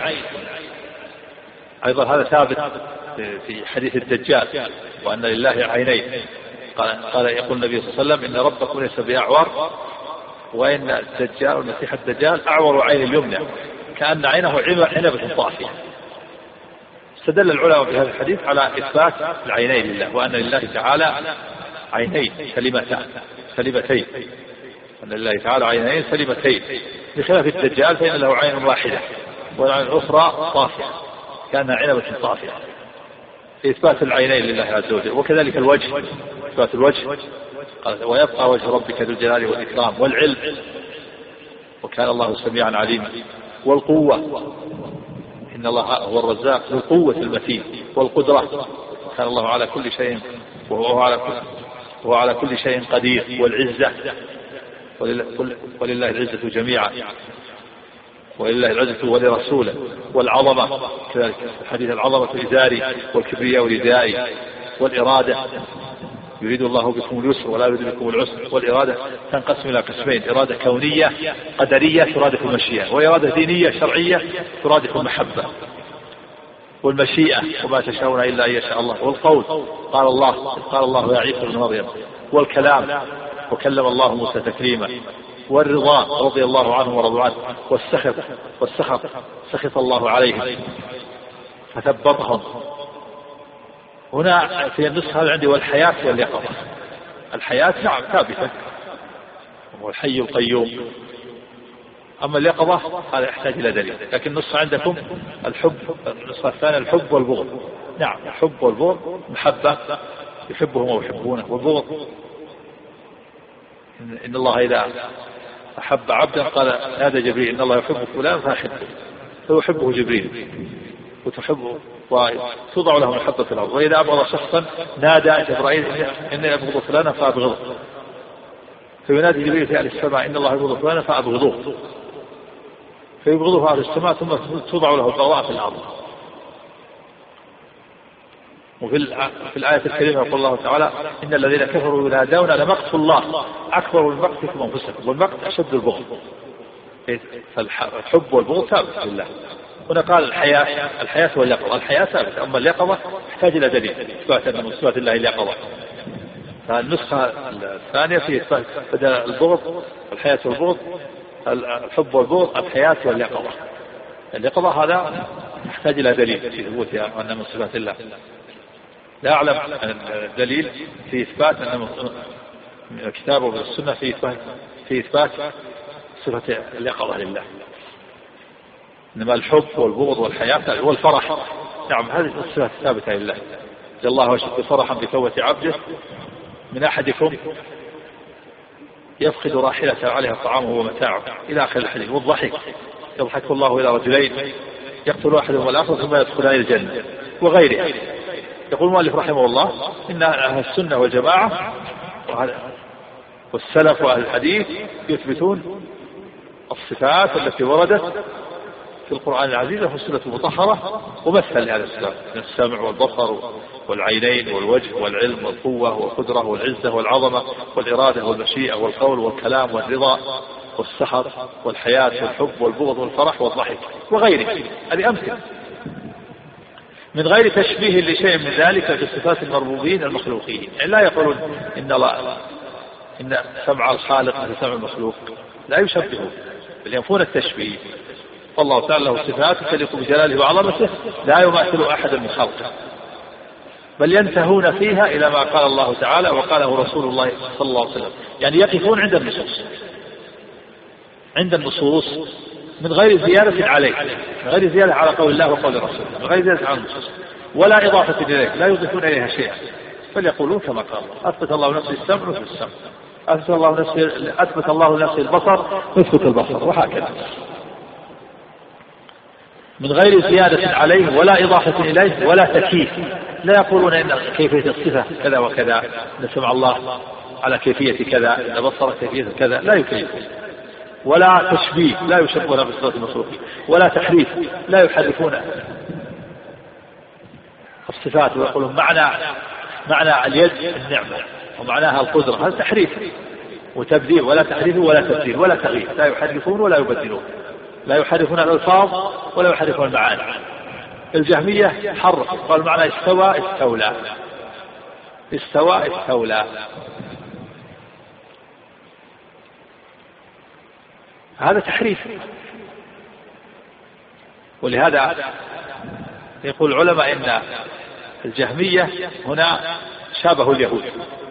أيضا هذا ثابت في حديث الدجال، وأن لله عينين. قال يقول النبي صلى الله عليه وسلم: إن ربكم ليس بأعور، وإن الدجال والمسيح الدجال أعور عين اليمنى كأن عينه عنبة طافية. استدل العلماء بهذا الحديث على إثبات العينين لله، وأن لله تعالى عينين سليمتين، أن لله تعالى عينين سليمتين، بخلاف الدجال فإن له عين واحدة والعين الأخرى طافية كأنها عنبة طافية. في إثبات العينين لله عز وجل. وكذلك الوجه، إثبات الوجه، ويبقى وجه ربك ذو الجلال والإكرام. والعلم، وكان الله سميعا عليما. والقوة، إن الله هو الرزاق ذو القوة المتين. والقدرة، كان الله على كل شيء وهو على كل شيء قدير. والعزة، ولله العزة جميعا، ولله العزة ولرسوله. والعظمة كذلك حديث: العظمة إزاري والكبرياء ردائي. والإرادة، يريد الله بكم اليسر ولا يريد بكم العسر. والإرادة تنقسم إلى قسمين: إرادة كونية قدرية ترادف المشيئة، وإرادة دينية شرعية ترادف المحبة. والمشيئة: وما تشاءون إلا أن يشاء الله. والقول، قال الله يا عيسى ابن مريم. والكلام، وكلم الله موسى تكليما. والرضا، رضي الله عنه ورضوا عنه. والسخط سخط الله عليهم فثبطهم. هنا في النسخة هذا عندي: والحياة واليقظة. الحياة نعم ثابتة، هو الحي القيوم. أما اليقظة هذا يحتاج إلى دليل. لكن النسخة عندكم الحب، النسخة الثانية الحب والبغض. نعم الحب والبغض، محبة يحبهم ويحبونه، والبغض إن الله إذا أحب عبدا قال هذا جبريل إن الله يحب فلان فأحبه، فيحبه جبريل وتحبه وتوضع له محبة في الأرض. وإذا أبغض شخصا نادى جبرائيل إني أبغض فلانا فأبغضه، فينادي جبريل في أهل السماء إن الله يبغض فلانا فأبغضوه، فيبغضه أهل السماء ثم توضع له البغضاء في الأرض. وفي الآية الكريمة يقول الله تعالى: إن الذين كفروا ينادون لمقت الله أكبر من مقتكم أنفسكم، والمقت أشد البغض. فالحب والبغض ثابت لله. هنا قال الحياة واليقظة. الحياة ثابتة، أما اليقظة تحتاج إلى دليل إثبات من صفات الله اليقظة. فالنسخة الثانية في إثبات بدل البغض الحياة والبغض، الحب والبغض الحياة واليقظة. اليقظة هذا تحتاج إلى دليل في ثبوتها وأن من صفات الله. لا أعلم الدليل في إثبات أن الكتاب والسنة في إثبات صفة اليقظة لله. إنما الحب والبغض والحياة والفرح، نعم هذه الصفات ثابتة لله. الله أشد فرحا بتوبة عبده من أحدكم يفقد راحلته عليها طعامه ومتاعه إلى آخر الحديث. والضحك يضحك الله إلى رجلين يقتل أحدهم الآخر ثم يدخلان الجنة وغيره. يقول المؤلف رحمه الله إن أهل السنة والجماعة والسلف وأهل الحديث يثبتون الصفات التي وردت في القرآن العزيز وفي السنة المطهرة، ومثل هذا الصفات من السمع والبصر والعينين والوجه والعلم والقوة والقدرة والعزة والعظمة والإرادة والمشيئة والقول والكلام والرضا والسخط والحياة والحب والبغض والفرح والضحك وغيره. هذه أمثلة من غير تشبيه لشيء من ذلك في صفات المربوبين المخلوقين. يعني لا يقولون إن سمع الخالق مثل سمع المخلوق، لا يشبهون بل ينفون التشبيه. فالله تعالى له صفات تليق بجلاله وعظمته لا يماثل أحدا من خلقه، بل ينتهون فيها إلى ما قال الله تعالى وقاله رسول الله صلى الله عليه وسلم. يعني يقفون عند النصوص من غير زيادة عليه، من غير زيادة على قول الله وقول رسوله، من غير زيادة على النصوص ولا إضافة إليه، لا يضيفون إليها شيئا، بل يقولون كما قال الله. أثبت الله نفسه السمع مثل السمع، أثبت الله نفسه البصر مثل البصر، وهكذا من غير زيادة عليه ولا إضافة إليه ولا تكييف. لا يقولون إن كيفية الصفة كذا وكذا، إن سمع الله على كيفية كذا، إن بصر كيفية كذا، لا يكيف. ولا تشبيه، لا يشبهون بصفات المخلوقين. ولا تحريف، لا يحرفون الصفات ويقولون معنى اليد النعمة ومعناها القدرة، هذا تحريف وتبديل. ولا تحريف ولا تبديل ولا تغيير، لا يحرفون ولا يبدلون، لا يحرفون الألفاظ ولا يحرفون المعاني. الجهمية حرف، قال معنى استوى استولى، استوى استولى، هذا تحريف. ولهذا يقول العلماء إن الجهمية هنا شابهوا اليهود،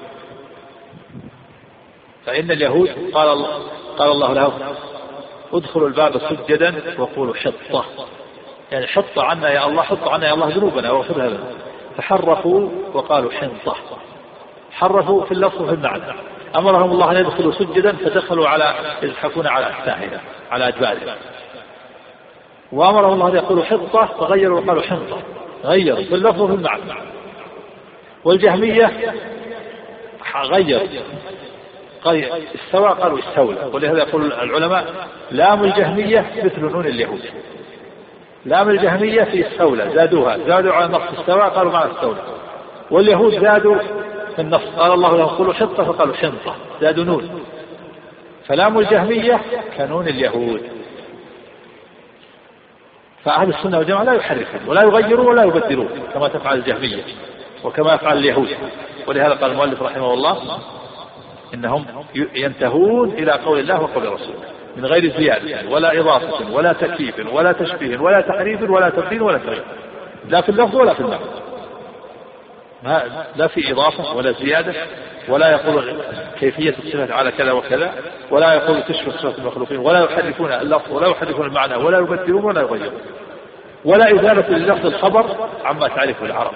فإن اليهود قال الله لهم ادخلوا الباب سجدا وقولوا حطة، يعني حط عنا يا الله، حط عنا يا الله ذنوبنا واغفرها لنا. فحرفوا وقالوا حنطة، حرفوا في اللفظ وفي المعنى. أمرهم الله أن يدخلوا سجدا فدخلوا يزحفون على أجسادهم على أدبارهم، وأمرهم الله أن يقولوا حطة فغيروا وقالوا حنطة، غيروا في اللفظ وفي المعنى. والجهمية غير استوى قالوا استولى. ولهذا يقول العلماء لام الجهمية مثل نون اليهود، لام الجهمية في استولى زادوا على نص استوى قالوا معنى استولى، واليهود زادوا في النص قال الله لهم قولوا حطة فقالوا حنطة، زادوا نون. فلام الجهمية كنون اليهود. فأهل السنة والجماعة لا يحرفون ولا يغيرون ولا يبدلون كما تفعل الجهمية وكما يفعل اليهود. ولهذا قال المؤلف رحمه الله إنهم ينتهون إلى قول الله وقول رسوله من غير زيادة ولا إضافة ولا تكييف ولا تشبيه ولا تحريف ولا تبديل ولا تغيير، لا في اللفظ ولا في المعنى، لا في إضافة ولا زيادة، ولا يقول كيفية الصفة على كذا وكذا، ولا يقول تشبه صفة المخلوقين، ولا يحرفون اللفظ ولا يحرفون المعنى ولا يبدلون ولا يغيرون، ولا إزالة للفظ الخبر عما تعرفه العرب.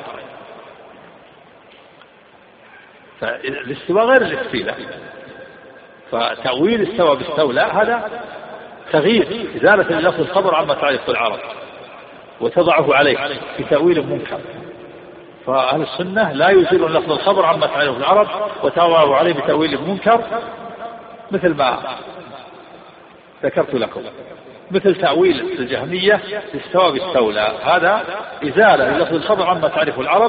فالاستواء غير الاستيلاء، فتأويل استوى باستولى هذا تغيير، إزالة للفظ الخبر عما تعرفه العرب وتضعه عليه في تأويل منكر. فأهل السنة لا يزيلون لفظ الخبر عما تعرفه العرب وتضعه عليه بتأويل منكر، مثل ما ذكرت لكم، مثل تأويل الجهمية استوى باستولى، هذا إزالة للفظ الخبر عما تعرفه العرب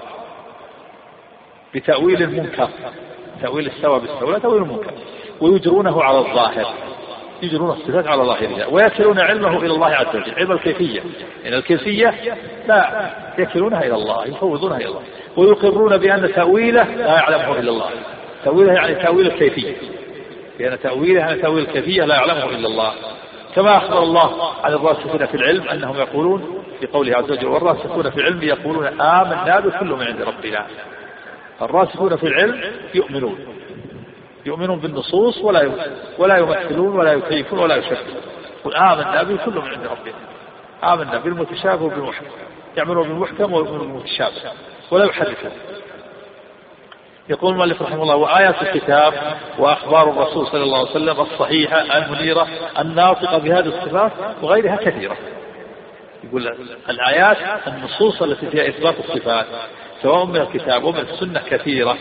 بتأويل المنكر. تأويل استوى باستولى تأويل المنكر، ويجرونه على الظاهر، يجرون الصفات على ظاهرها ويكلون علمه إلى الله عز وجل، علم الكيفية. إن الكيفية لا يكلونها إلى الله، يفوضونها إلى الله، ويقرون بأن تأويله لا يعلمه إلا الله. تأويله يعني تأويل الكيفية، لأن تأويله يعني تأويل الكيفية لا يعلمه إلا الله. كما أخبر الله عن الراسخين في العلم أنهم يقولون في قوله عز وجل والراسخون في العلم يقولون آمنا بكل من عند ربنا. الراسخون في العلم يؤمنون بالنصوص ولا يمثلون ولا يكيفون ولا يشبهون. قل آمنا بكل من عند ربنا، آمنا بالمتشابه وبالمحكم. يعملون بالمحكم والمتشابه ولا يحرفون. يقول المؤلف رحمه الله: وآيات الكتاب وأخبار الرسول صلى الله عليه وسلم الصحيحة المنيرة الناطقة بهذه الصفات وغيرها كثيرة. يقول الآيات النصوص التي فيها إثبات الصفات سواء من الكتاب ومن السنة كثيرة،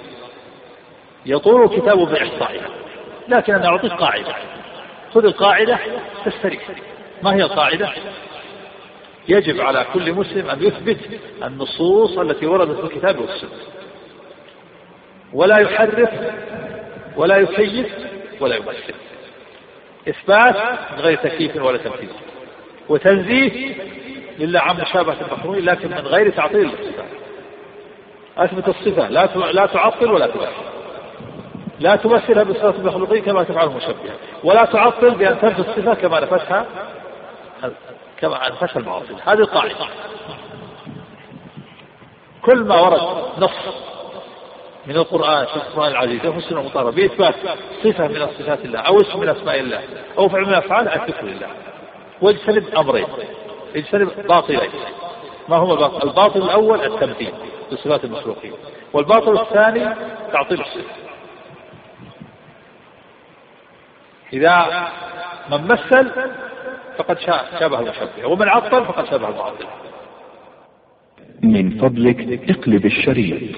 يطول الكتاب بإحصائها، لكن أنا أعطيك قاعدة، خذ القاعدة تستريح. ما هي القاعدة؟ يجب على كل مسلم أن يثبت النصوص التي وردت في الكتاب والسنة، ولا يحرف ولا يكيف ولا يمثل. إثبات من غير تكييف ولا تمثيل، وتنزيه لله عن مشابهة المخلوقين لكن من غير تعطيل للصفات. أثبت الصفة، لا تعطل ولا تمثل، لا تمثلها بصفات المخلوقين كما تفعل المشبهة، ولا تعطل بأن تنفي الصفة كما نفسها المعاصي. هذه القاعدة. كل ما ورد نص من القرآن في القرآن العزيز أو السنة المطهرة بإثبات صفة من صفات الله أو اسم من أسماء الله أو فعل من أفعال أثبته لله، واجتنب أمرين، اجتنب باطلين. ما هو الباطل؟ الباطل الأول التمثيل بصفات المخلوقين، والباطل الثاني تعطيل الصفة. إذا من مثل فقد شابه المشبه، ومن عطل فقد شابه المعطل. من فضلك اقلب الشريط.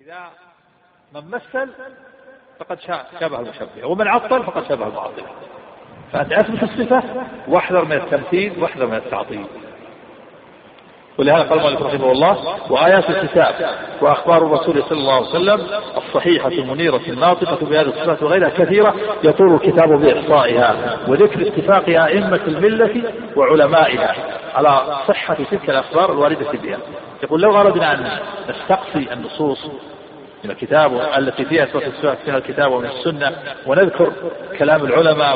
إذا من مثل فقد شابه المشبه، ومن عطل فقد شابه المعطل. فأنت أثبت الصفة واحذر من التمثيل واحذر من التعطيل. ولهذا قال المؤلف رحمه الله: وآيات الكتاب وأخبار الرسول صلى الله عليه وسلم الصحيحة المنيرة الناطقة بهذه الصفات وغيرها كثيرة يطول الكتاب بإحصائها وذكر اتفاق أئمة الملة وعلمائها على صحة تلك الأخبار الواردة بها. يقول: لو أردنا أن نستقصي النصوص من الكتاب التي فيها صفات من الكتاب ومن السنة ونذكر كلام العلماء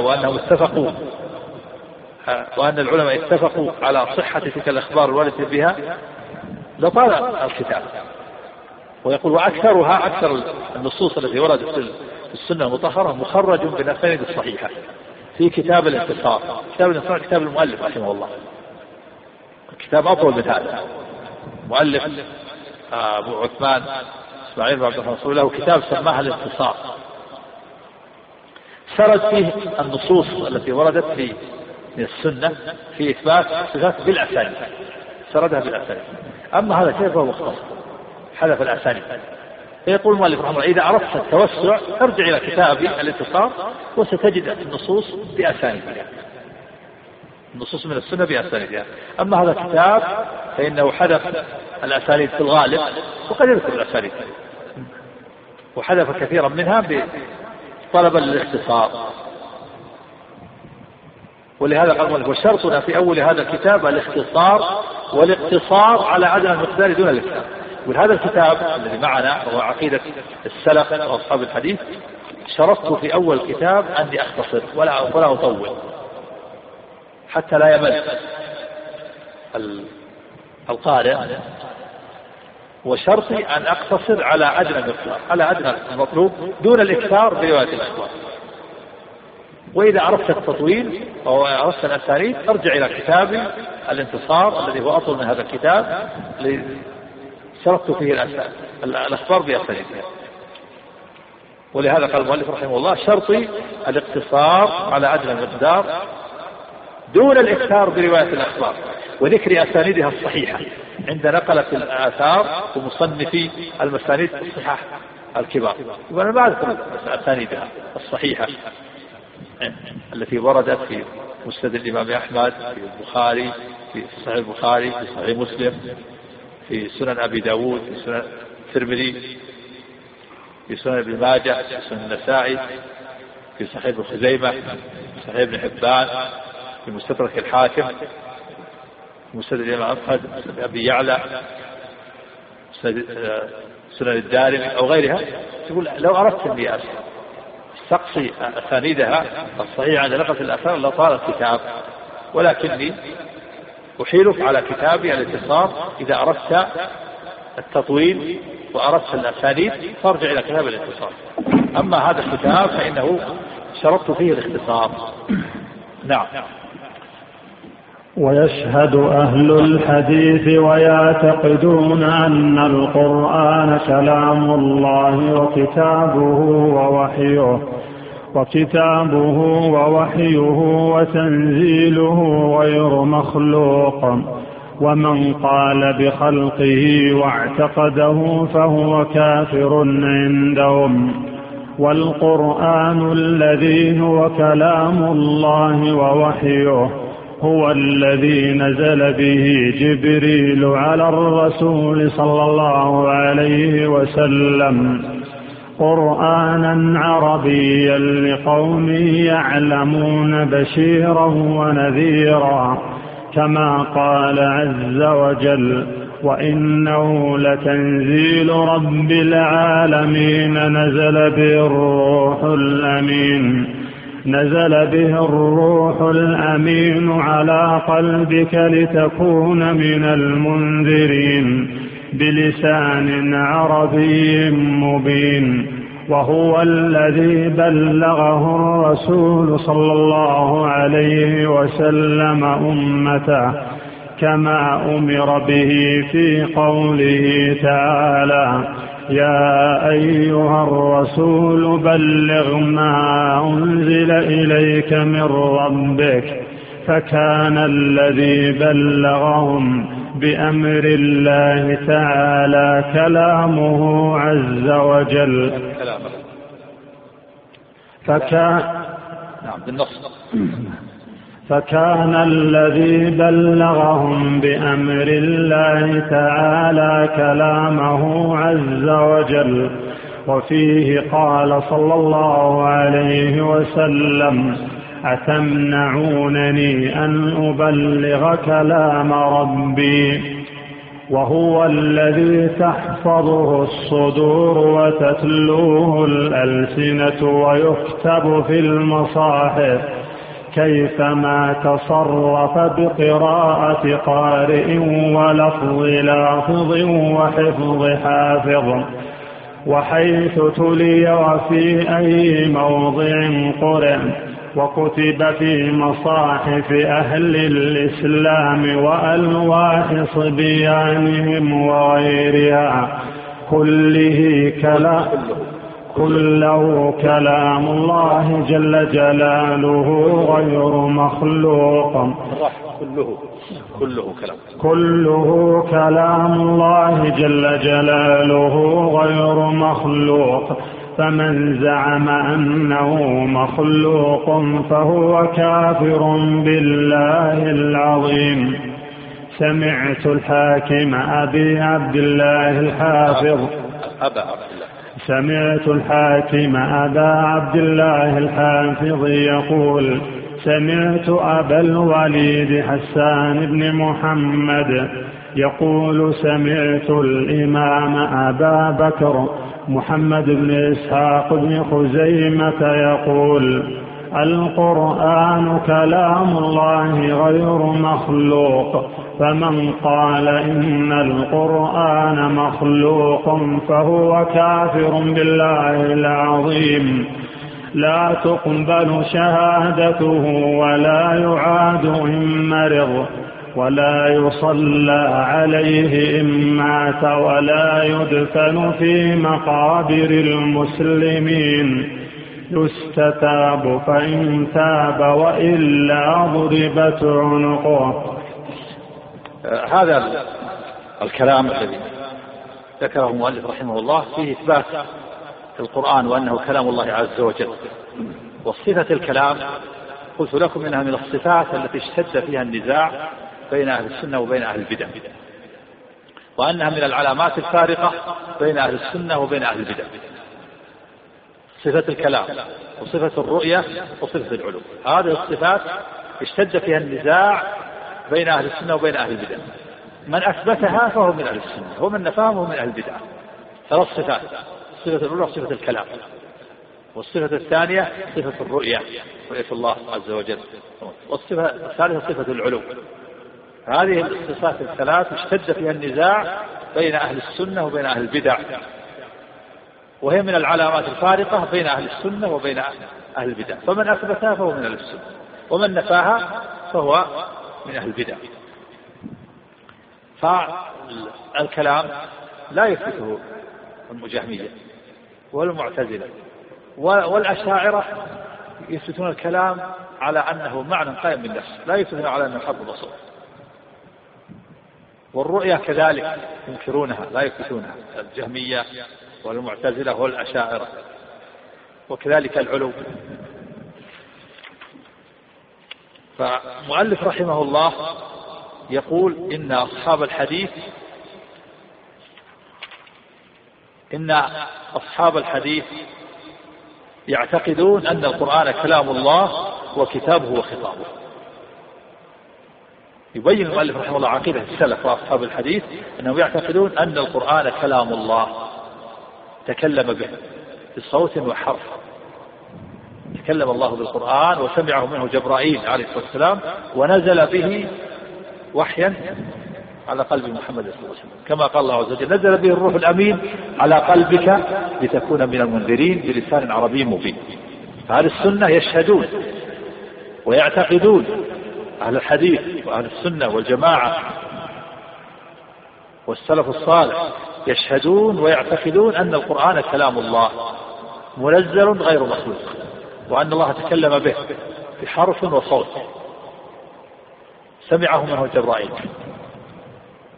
وأن العلماء اتفقوا على صحة تلك الأخبار الواردة بها لطال الكتاب. ويقول: وأكثرها أكثر النصوص التي وردت في السنة المطهرة مخرج بالأسانيد الصحيحة في كتاب الانتصار. كتاب الانتصار كتاب المؤلف رحمه الله، كتاب أطول من هذا. مؤلف أبو عثمان إسماعيل بن عبد الرحمن له كتاب سماه الانتصار، سرد فيه النصوص التي وردت في من السنة في إثبات صفات بالأسانيد، سردها بالأسانيد. أما هذا كيف هو مختصر حذف الأسانيد. فيقول المؤلف رحمه الله: إذا أردت التوسع ارجع إلى كتاب الانتصار وستجد النصوص بأسانيدها، النصوص من السنة بأسانيدها. أما هذا الكتاب فإنه حذف الأسانيد في الغالب، وقد يذكر الأسانيد، وحذف كثيرا منها طلبا للاختصار. ولهذا قال: وشرطنا في أول هذا الكتاب الاختصار والاقتصار على عدم المقدار دون الإكثار. وهذا الكتاب الذي معنا وهو عقيدة السلف وأصحاب الحديث شرطت في أول الكتاب أني أختصر ولا أطول حتى لا يمل القارئ، وشرطي أن أقتصر على أدنى المقدار، على أدنى المطلوب دون الإكثار برواية الأخبار. وإذا عرفت التطويل أو عرفت الأسانيد ارجع إلى كتاب الانتصار الذي هو أطول من هذا الكتاب الذي شرطت فيه الأخبار بأسانيدها. ولهذا قال المؤلف رحمه الله: شرطي الاقتصار على أدنى المقدار دون الإكثار برواية الأخبار وذكر أسانيدها الصحيحة عند نقلة الآثار ومصنفي المسانيد الصحاح الكبار. وأنا ما أذكر أسانيدها الصحيحة التي وردت في مسند الإمام أحمد، في البخاري، في صحيح البخاري، في صحيح مسلم، في سنن أبي داود، في سنن الترمذي، في سنن ابن ماجه، في سنن النسائي، في صحيح ابن خزيمة، في صحيح ابن حبان، في مستدرك الحاكم، في مسند الإمام أحمد، في أبي يعلى، سنن الدارمي أو غيرها. تقول: لو أردت أن استقصي أسانيدها الصحيحة عند نقلة الآثار لطال الكتاب، ولكني أحيلك على كتابي الانتصار. إذا أردت التطويل وأردت الأسانيد فارجع إلى كتاب الانتصار. أما هذا الكتاب فإنه شرطت فيه الاختصار. نعم. ويشهد أهل الحديث ويعتقدون أن القرآن كلام الله وكتابه ووحيه وتنزيله غير مخلوق. ومن قال بخلقه واعتقده فهو كافر عندهم. والقرآن الذي هو كلام الله ووحيه هو الذي نزل به جبريل على الرسول صلى الله عليه وسلم قرآنا عربيا لقوم يعلمون بشيرا ونذيرا، كما قال عز وجل: وإنه لتنزيل رب العالمين نزل به الروح الأمين على قلبك لتكون من المنذرين بلسان عربي مبين. وهو الذي بلغه الرسول صلى الله عليه وسلم أمته كما أمر به في قوله تعالى: يا أيها الرسول بلغ ما أنزل إليك من ربك. فكان الذي بلغهم بأمر الله تعالى كلامه عز وجل. فكان الذي بلغهم بأمر الله تعالى كلامه عز وجل. وفيه قال صلى الله عليه وسلم: أتمنعونني أن أبلغ كلام ربي؟ وهو الذي تحفظه الصدور وتتلوه الألسنة ويكتب في المصاحف كيفما تصرف بقراءة قارئ ولفظ لافظ وحفظ حافظ، وحيث تلي وفي أي موضع قرئ، وكتب في مصاحف أهل الإسلام وألواح صبيانهم وغيرها، كله كلام الله جل جلاله غير مخلوق. كله كلام الله جل جلاله غير مخلوق. فمن زعم أنه مخلوق فهو كافر بالله العظيم. سمعت الحاكم أبا عبد الله الحافظ يقول: سمعت أبا الوليد حسان بن محمد يقول: سمعت الإمام أبا بكر محمد بن إسحاق بن خزيمة يقول: القرآن كلام الله غير مخلوق. فمن قال إن القرآن مخلوق فهو كافر بالله العظيم، لا تقبل شهادته ولا يعاد إن مرض، ولا يصلى عليه إن مات، ولا يدفن في مقابر المسلمين، يستتاب فإن تاب وإلا ضربت عنقه. هذا الكلام الذي ذكره المؤلف رحمه الله فيه إثبات القرآن وأنه كلام الله عز وجل. والصفة الكلام قلت لكم إنها من الصفات التي اشتد فيها النزاع بين أهل السنة وبين أهل البدع، وأنها من العلامات الفارقة بين أهل السنة وبين أهل البدع. صفة الكلام وصفة الرؤية وصفة العلو، هذه الصفات اشتد فيها النزاع بين أهل السنة وبين أهل البدع. من أثبتها فهو من أهل السنة، ومن نفاها فهو من أهل البدع. ثلاث صفات: صفة الأولى صفة الكلام، والصفة الثانية صفة الرؤية رؤية الله عز وجل، والصفة الثالثة صفة العلو. هذه الصفات الثلاث اشتد فيها النزاع بين أهل السنة وبين أهل البدع، وهي من العلامات الفارقة بين أهل السنة وبين أهل البدع. فمن أثبتها فهو من أهل السنة، ومن نفاها فهو من أهل البدع. فالكلام لا يثبته المجهمية والمعتزلة والأشاعرة، يثبتون الكلام على أنه معنى قائم بالنفس، لا يثبتون على أنه حرف بصر. والرؤية كذلك ينكرونها، لا يثبتونها، الجهمية والمعتزلة والأشاعرة. وكذلك العلو. فمؤلف رحمه الله يقول: إن أصحاب الحديث يعتقدون أن القرآن كلام الله وكتابه وخطابه. يبين المؤلف رحمه الله عقيدة السلف وأصحاب الحديث أنهم يعتقدون أن القرآن كلام الله تكلم به بصوت وحرف. تكلم الله بالقرآن وسمعه منه جبرائيل عليه الصلاة والسلام، ونزل به وحيا على قلب محمد صلى الله عليه وسلم، كما قال الله عز وجل: نزل به الروح الأمين على قلبك لتكون من المنذرين بلسان عربي مبين. فأهل السنة يشهدون ويعتقدون، أهل الحديث وأهل السنة والجماعة والسلف الصالح يشهدون ويعتقدون أن القرآن كلام الله منزل غير مخلوق، وأن الله تكلم به بحرف وصوت سمعه منه جبرائيل.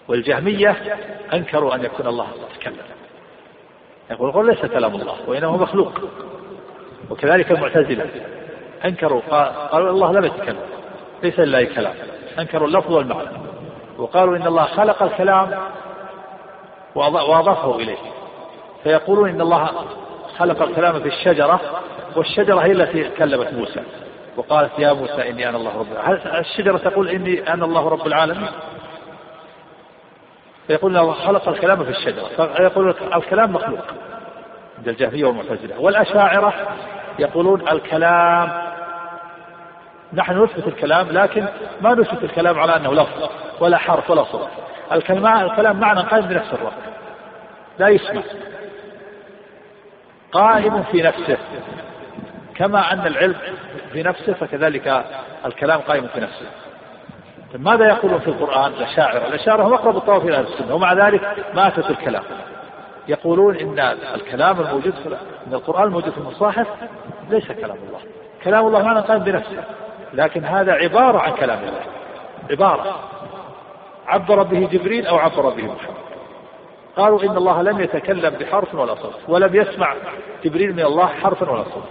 والجهمية أنكروا أن يكون الله يتكلم، يقول ليس كلام الله وإنما مخلوق. وكذلك المعتزلة أنكروا، قالوا الله لم يتكلم، ليس لله كلام، أنكروا اللفظ والمعنى، وقالوا إن الله خلق الكلام وأضافه إليه، فيقولون إن الله خلق الكلام في الشجرة، والشجرة هي التي كلمت موسى وقالت يا موسى إني أنا الله رب العالمين. هل الشجرة تقول إني أنا الله رب العالمين؟ فيقول الله خلق الكلام في الشجرة، فيقول الكلام مخلوق عند الجهمية والمعتزلة. والأشاعرة يقولون الكلام، نحن نثبت الكلام لكن ما نثبت الكلام على أنه لفظ ولا حرف ولا صوت. الكلام معنى قائم بنفس الرب، لا يسمع، قائم في نفسه، كما أن العلم في نفسه فكذلك الكلام قائم في نفسه. ماذا يقولون في القرآن الأشاعرة هم أقرب الطوائف إلى أهل السنة، ومع ذلك ما أثبتوا الكلام. يقولون إن الكلام الموجود إن القرآن الموجود في المصاحف ليس كلام الله، كلام الله معنى قائم بنفسه، لكن هذا عبارة عن كلام الله، عبارة عبر به جبريل أو عبر به محمد. قالوا إن الله لم يتكلم بحرف ولا صوت، ولم يسمع جبريل من الله حرفا ولا صوت،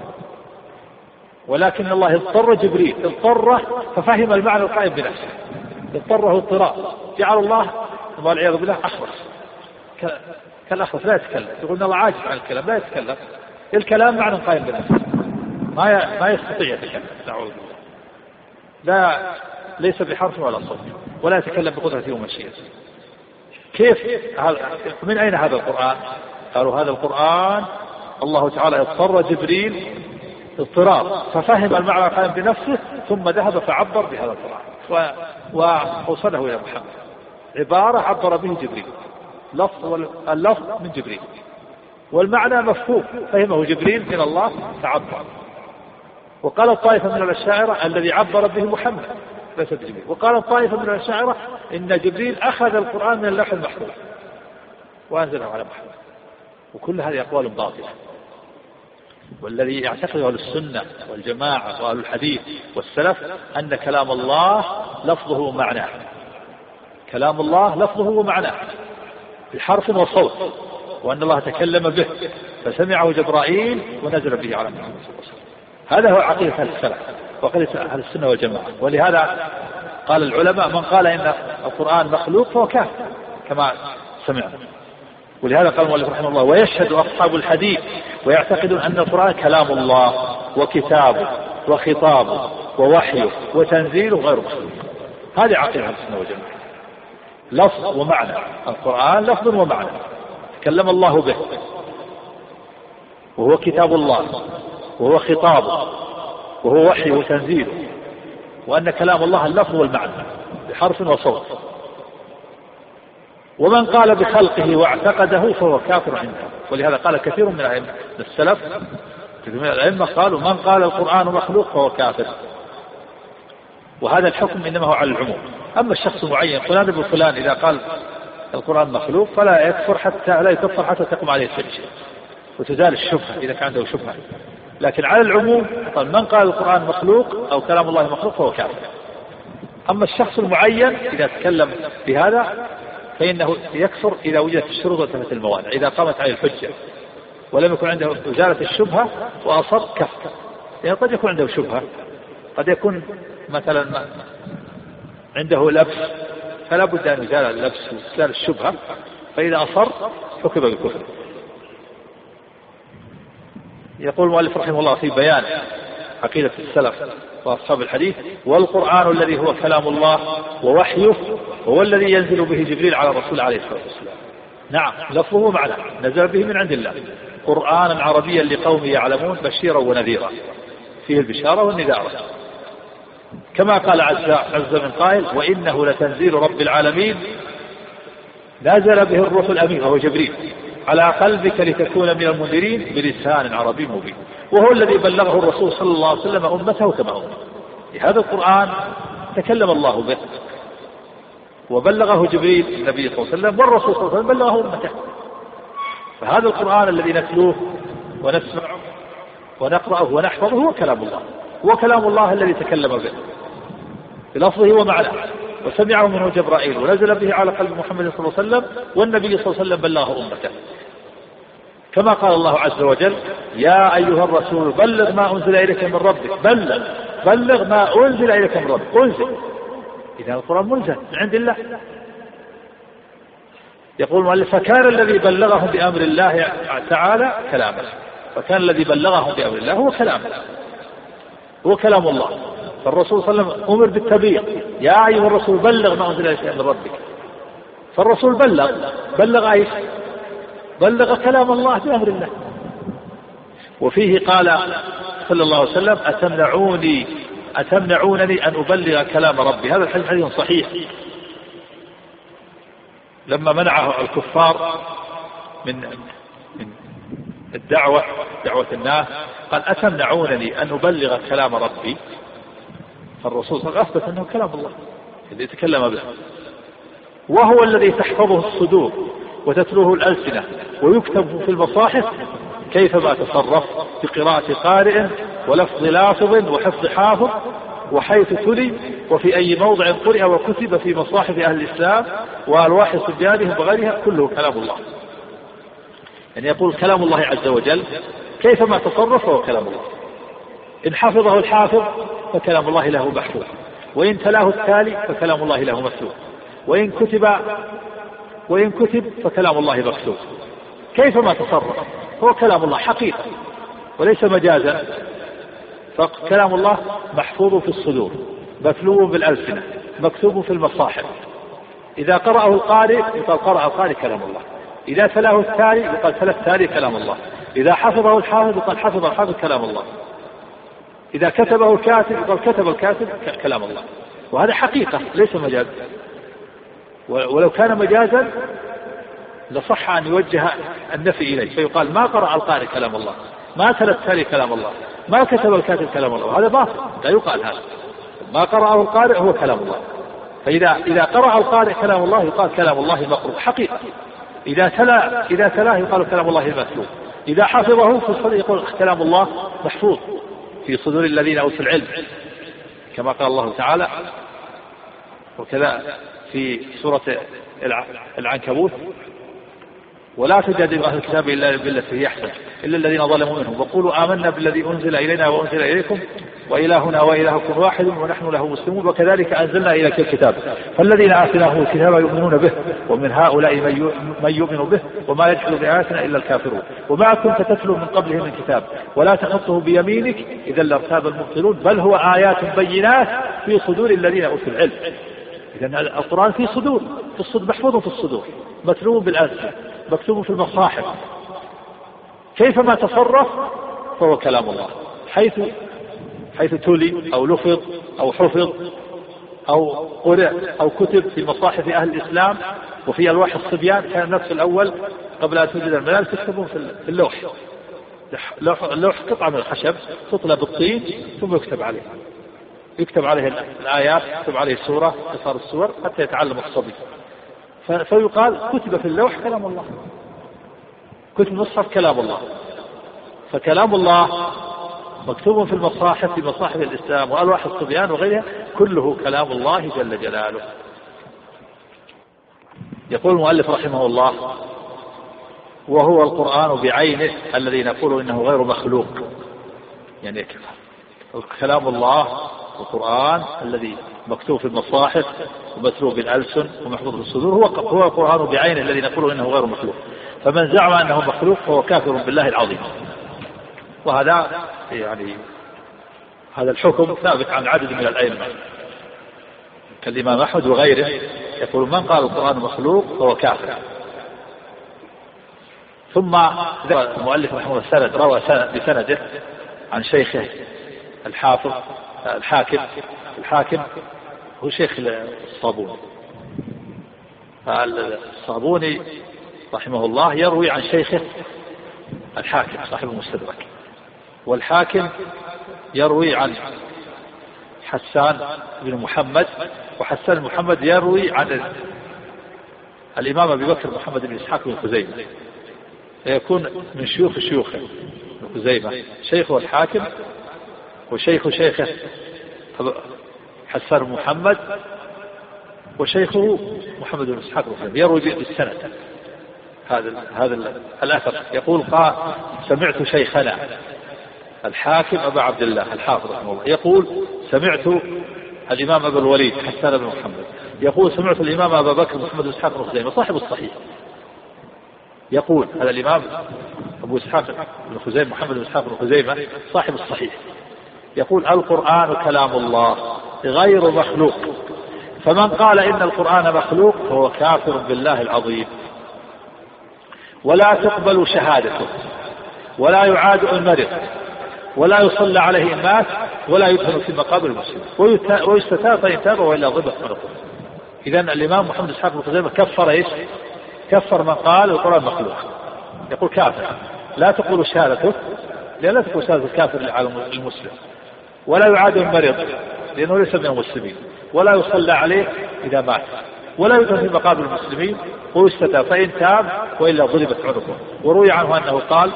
ولكن الله اضطر جبريل، اضطره ففهم المعنى القائم بنفسه، اضطره اضطرار، جعل الله والعياذ بالله أخرس كالأخرس لا يتكلم. يقول إن الله عاجز عن الكلام، لا يتكلم، الكلام معنى قائم بنفسه، ما يستطيع يتكلم، نعوذ بالله، لا ليس بحرف ولا صوت، ولا يتكلم بقدرته ومشيئته. كيف؟ من أين هذا القرآن؟ قالوا هذا القرآن الله تعالى اضطر جبريل اضطرار ففهم المعنى القائم بنفسه، ثم ذهب فعبر بهذا القرآن وأوصله إلى محمد، عبارة عبر به جبريل، اللفظ من جبريل، والمعنى مفهوم فهمه جبريل من الله فعبر. وقال الطائفة من الأشاعرة الذي عبر به محمد ليس بجبريل. وقال الطائفة من الأشاعرة إن جبريل أخذ القرآن من اللوح المحفوظ وأنزله على محمد. وكل هذه أقوال باطلة. والذي يعتقد أهل السنة والجماعة وأهل الحديث والسلف أن كلام الله لفظه ومعناه، كلام الله لفظه ومعناه بحرف وصوت، وأن الله تكلم به فسمعه جبرائيل ونزل به على محمد صلى الله عليه وسلم. هذا هو عقيدة أهل السلف وعقيدة أهل السنة والجماعة. ولهذا قال العلماء من قال إن القرآن مخلوق فهو كافر كما سمعنا. ولهذا قال المؤلف رحمه الله ويشهد أصحاب الحديث ويعتقدون أن القرآن كلام الله وكتابه وخطابه ووحيه وتنزيله غير مخلوق. هذه عقيدة أهل السنة والجماعة، لفظ ومعنى، القرآن لفظ ومعنى تكلم الله به، وهو كتاب الله وهو خطابه وهو وحيه وتنزيله، وأن كلام الله اللفظ والمعنى بحرف وصوت. ومن قال بخلقه واعتقده فهو كافر عنده. ولهذا قال كثير من السلف، كثير من الأئمة قالوا من قال القرآن مخلوق فهو كافر. وهذا الحكم إنما هو على العموم. أما الشخص معين فلان ابن فلان إذا قال القرآن مخلوق فلا يكفر حتى تقوم عليه الحجة وتزال الشبهة إذا كان عنده شبهة. لكن على العموم من قال القرآن مخلوق أو كلام الله مخلوق فهو كافر. أما الشخص المعين إذا تكلم بهذا فإنه يكفر إذا وجدت الشروط وانتفت الموانع، إذا قامت عليه الحجة ولم يكن عنده إزالة الشبهة وأصر كفر. يعني قد يكون عنده شبهة، قد يكون مثلا عنده لبس فلا بد أن يزال اللبس وإزالة الشبهة، فإذا أصر حكم بالكفر. يقول المؤلف رحمه الله في بيان عقيدة السلف وأصحاب الحديث والقرآن الذي هو كلام الله ووحيه هو الذي ينزل به جبريل على الرسول عليه الصلاة والسلام. نعم لفظه ومعنى نزل به من عند الله قرآنا عربيا لقوم يعلمون بشيرا ونذيرا فيه البشارة والنذارة، كما قال عز من قائل وإنه لتنزيل رب العالمين نزل به الروح الأمين وهو جبريل على قلبك لتكون من المنذرين بلسان عربي مبين. وهو الذي بلغه الرسول صلى الله عليه وسلم أمته كما أمته. هذا القرآن تكلم الله به وبلغه جبريل النبي صلى الله عليه وسلم، والرسول صلى الله عليه وسلم بلغه أمته. فهذا القرآن الذي نتلوه ونسمعه ونقرأه ونحفظه هو كلام الله، هو كلام الله الذي تكلم به بلفظه ومعناه، وسمعه منه جبرائيل ونزل به على قلب محمد صلى الله عليه وسلم، والنبي صلى الله عليه وسلم بلغه أمته، كما قال الله عز وجل: يا أيها الرسول بلغ ما أنزل إليك من ربك. بلغ ما أنزل إليك من ربك. أنزل، إذا القرآن منزل من عند الله. يقول المؤلف: فكان الذي بلغهم بأمر الله تعالى كلامه، فكان الذي بلغهم بأمر الله هو كلامه، هو كلام الله. فالرسول صلى الله عليه وسلم أمر بالتبليغ: يا أيها الرسول بلغ ما أنزل إليك من ربك. فالرسول بلغ إيش؟ بلغ كلام الله بأمر الله. وفيه قال صلى الله عليه وسلم: أتمنعونني أن أبلغ كلام ربي. هذا الحديث حديث صحيح. لما منعه الكفار من دعوة الناس قال: أتمنعونني أن أبلغ كلام ربي. فالرسول صلى الله عليه وسلم أثبت أنه كلام الله الذي يتكلم به، وهو الذي تحفظه الصدور وتتلوه الألسنة ويكتب في المصاحف كيفما تصرف بقراءة قارئ ولفظ لافظ وحفظ حافظ وحيث تلي وفي أي موضع قرئ وكتب في مصاحف أهل الإسلام وألواح صبيانهم وغيرها كله كلام الله. يعني يقول كلام الله عز وجل كيفما تصرف هو كلام الله. إن حفظه الحافظ فكلام الله له محفوظ، وإن تلاه التالي فكلام الله له مكتوب، وإن كتب فكلام الله مكتوب. كيفما تصرف هو كلام الله حقيقة وليس مجازا. فكلام الله محفوظ في الصدور، متلو بالألسنة، مكتوب في المصاحف. إذا قرأه القارئ يقال قرأ القارئ كلام الله، إذا تلاه التالي يقال تلا التالي كلام الله، إذا حفظه الحافظ يقال حفظ الحافظ كلام الله، إذا كتبه الكاتب يقال كتب الكاتب كلام الله. وهذا حقيقة ليس مجاز. ولو كان مجازا لصح أن يوجه النفي إليه فيقال ما قرأ القارئ كلام الله، ما تلا التالي كلام الله، ما كتب الكاتب كلام الله. هذا باطل، لا يقال هذا. ما قرأه القارئ هو كلام الله. فإذا قرأ القارئ كلام الله يقال كلام الله مقروء حقيقة. إذا تلاه يقال كلام الله المتلو. إذا حفظه في الصدر يقول كلام الله محفوظ في صدور الذين أوتوا العلم، كما قال الله تعالى. وكذا في سورة العنكبوت: ولا تجادل أهل الكتاب إلا بالتي هي أحسن إلا الذين ظلموا منهم وقولوا آمنا بالذي أنزل إلينا وأنزل إليكم وإلهنا وإلهكم واحد ونحن له مسلمون وكذلك أنزلنا إليك الكتاب فالذين آتيناهم الكتاب يؤمنون به ومن هؤلاء من يؤمن به وما يجحد بآياتنا إلا الكافرون وما كنت تتلو من قبله من كتاب ولا تخطه بيمينك إذا لارتاب المبطلون بل هو آيات بينات في صدور الذين أوتوا العلم. إذن القرآن في صدور، في الصدور، محفوظ في الصدور، متلو بالألسنة، مكتوب في المصاحف. كيفما تصرف فهو كلام الله، حيث تولي أو لفظ أو حفظ أو قرئ أو كتب في مصاحف أهل الإسلام وفي ألواح الصبيان. كان النفس الأول قبل أن توجد الملابس يكتبون في اللوح. اللوح قطعة من الخشب تطلى بالطين ثم يكتب عليه الآيات، يكتب عليه السورة، قصار السور حتى يتعلم الصبي. فيقال كتب في اللوح كلام الله، كتب مصحف كلام الله. فكلام الله مكتوب في المصاحف، في مصاحف الإسلام وألواح الصبيان وغيرها، كله كلام الله جل جلاله. يقول المؤلف رحمه الله: وهو القرآن بعينه الذي نقول إنه غير مخلوق. يعني كلام الله القرآن الذي مكتوب في المصاحف ومتلو بالألسن ومحفوظ في الصدور هو القرآن بعينه الذي نقول إنه غير مخلوق. فمن زعم أنه مخلوق فهو كافر بالله العظيم. وهذا يعني هذا الحكم ثابت عن عدد من الأئمة كالإمام أحمد وغيره، يقول من قال القرآن مخلوق فهو كافر. ثم المؤلف رحمه الله روى بسنده عن شيخه الحافظ الحاكم هو شيخ الصابوني. فالصابوني رحمه الله يروي عن شيخه الحاكم صاحب المستدرك، والحاكم يروي عن حسان بن محمد، وحسان محمد يروي عن الإمام أبي بكر محمد بن إسحاق بن خزيمة، يكون من شيوخ بن خزيمة، شيخه الحاكم وشيخه حسان محمد وشيخه محمد بن إسحاق الخزيمي يروي بالسند هذا الأثر. يقول سمعت شيخنا الحاكم أبا عبد الله الحافظ رحمه الله يقول سمعت الإمام أبا الوليد حسان بن محمد يقول سمعت الإمام أبا بكر محمد بن إسحاق الخزيمي صاحب الصحيح. يقول هذا الإمام أبو إسحاق بن خزيمة محمد بن إسحاق بن خزيمة صاحب الصحيح يقول القرآن كلام الله غير مخلوق، فمن قال إن القرآن مخلوق فهو كافر بالله العظيم، ولا تقبل شهادته، ولا يعاد المرض، ولا يصلى عليه الناس، ولا يدفن في مقابر المسلمين، ويستتاب فإن تاب وإلا ضرب عنقه. إذن الإمام محمد بن إسحاق بن خزيمة كفر إيش؟ كفر من قال القرآن مخلوق، يقول كافر. لا تقبل شهادته لأن لا تقبل شهادة الكافر على المسلم، ولا يعاد المريض لأنه ليس من المسلمين، ولا يصلى عليه إذا مات، ولا يدفن في مقابر المسلمين، ويستتاب فإن تاب وإلا ضربت عنقه. وروي عنه أنه قال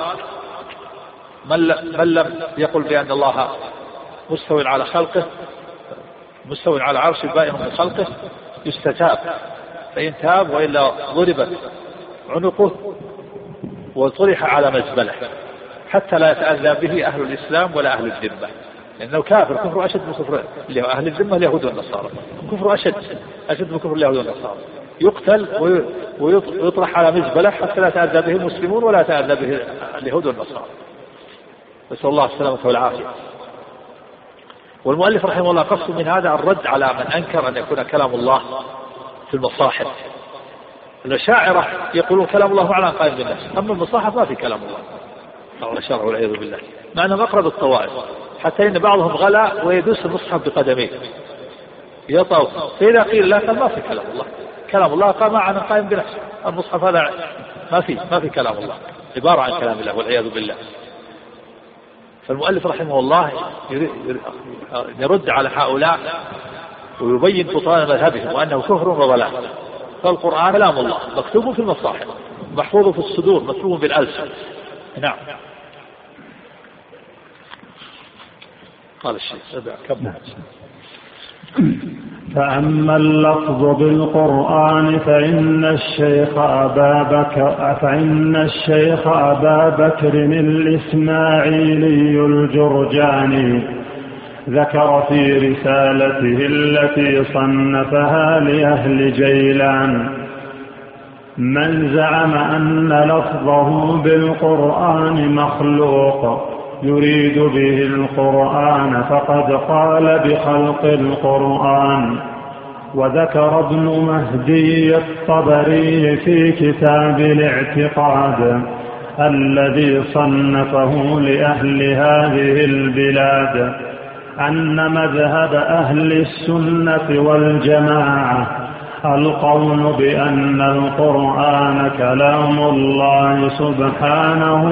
من لم يقل بأن الله مستوى على خلقه مستوى على عرش بائن من خلقه يستتاب فإن تاب وإلا ضربت عنقه وطرح على مزبله حتى لا يتأذى به أهل الإسلام ولا أهل الذمة، لأنه كافر كفر أشد من كفر أهل الذمة اليهود والنصارى، كفر أشد من كفر اليهود والنصارى، يقتل ويطرح على مزبله حتى لا يتأذى به المسلمون ولا يتأذى به اليهود والنصارى، نسأل الله السلامة والعافية. والمؤلف رحمه الله قصد من هذا الرد على من أنكر أن يكون كلام الله في المصاحف. الأشاعرة يقولون كلام الله معنى قائم بالنفس، أما المصاحف ما في كلام الله أو الشرع والعياذ بالله، مع أنهم أقرب الطوائف، حتى إن بعضهم غلا ويدوس المصحف بقدميه يطوف، فإذا قيل لا ما في كلام الله، كلام الله قام معنى قائم بنفسه، المصحف هذا ما في كلام الله، عبارة عن كلام الله والعياذ بالله. فالمؤلف رحمه الله يرد على هؤلاء ويبين بطلان مذهبهم وأنه كفر وضلال. فالقرآن كلام الله مكتوب في المصاحف، محفوظ في الصدور، مكتوب بالألسن. نعم. قال الشيخ فأما اللفظ بالقرآن فإن الشيخ أبا بكر الإسماعيلي الجرجاني ذكر في رسالته التي صنفها لأهل جيلان من زعم أن لفظه بالقرآن مخلوق يريد به القرآن فقد قال بخلق القرآن. وذكر ابن مهدي الطبري في كتاب الاعتقاد الذي صنفه لأهل هذه البلاد أن مذهب أهل السنة والجماعة القول بأن القرآن كلام الله سبحانه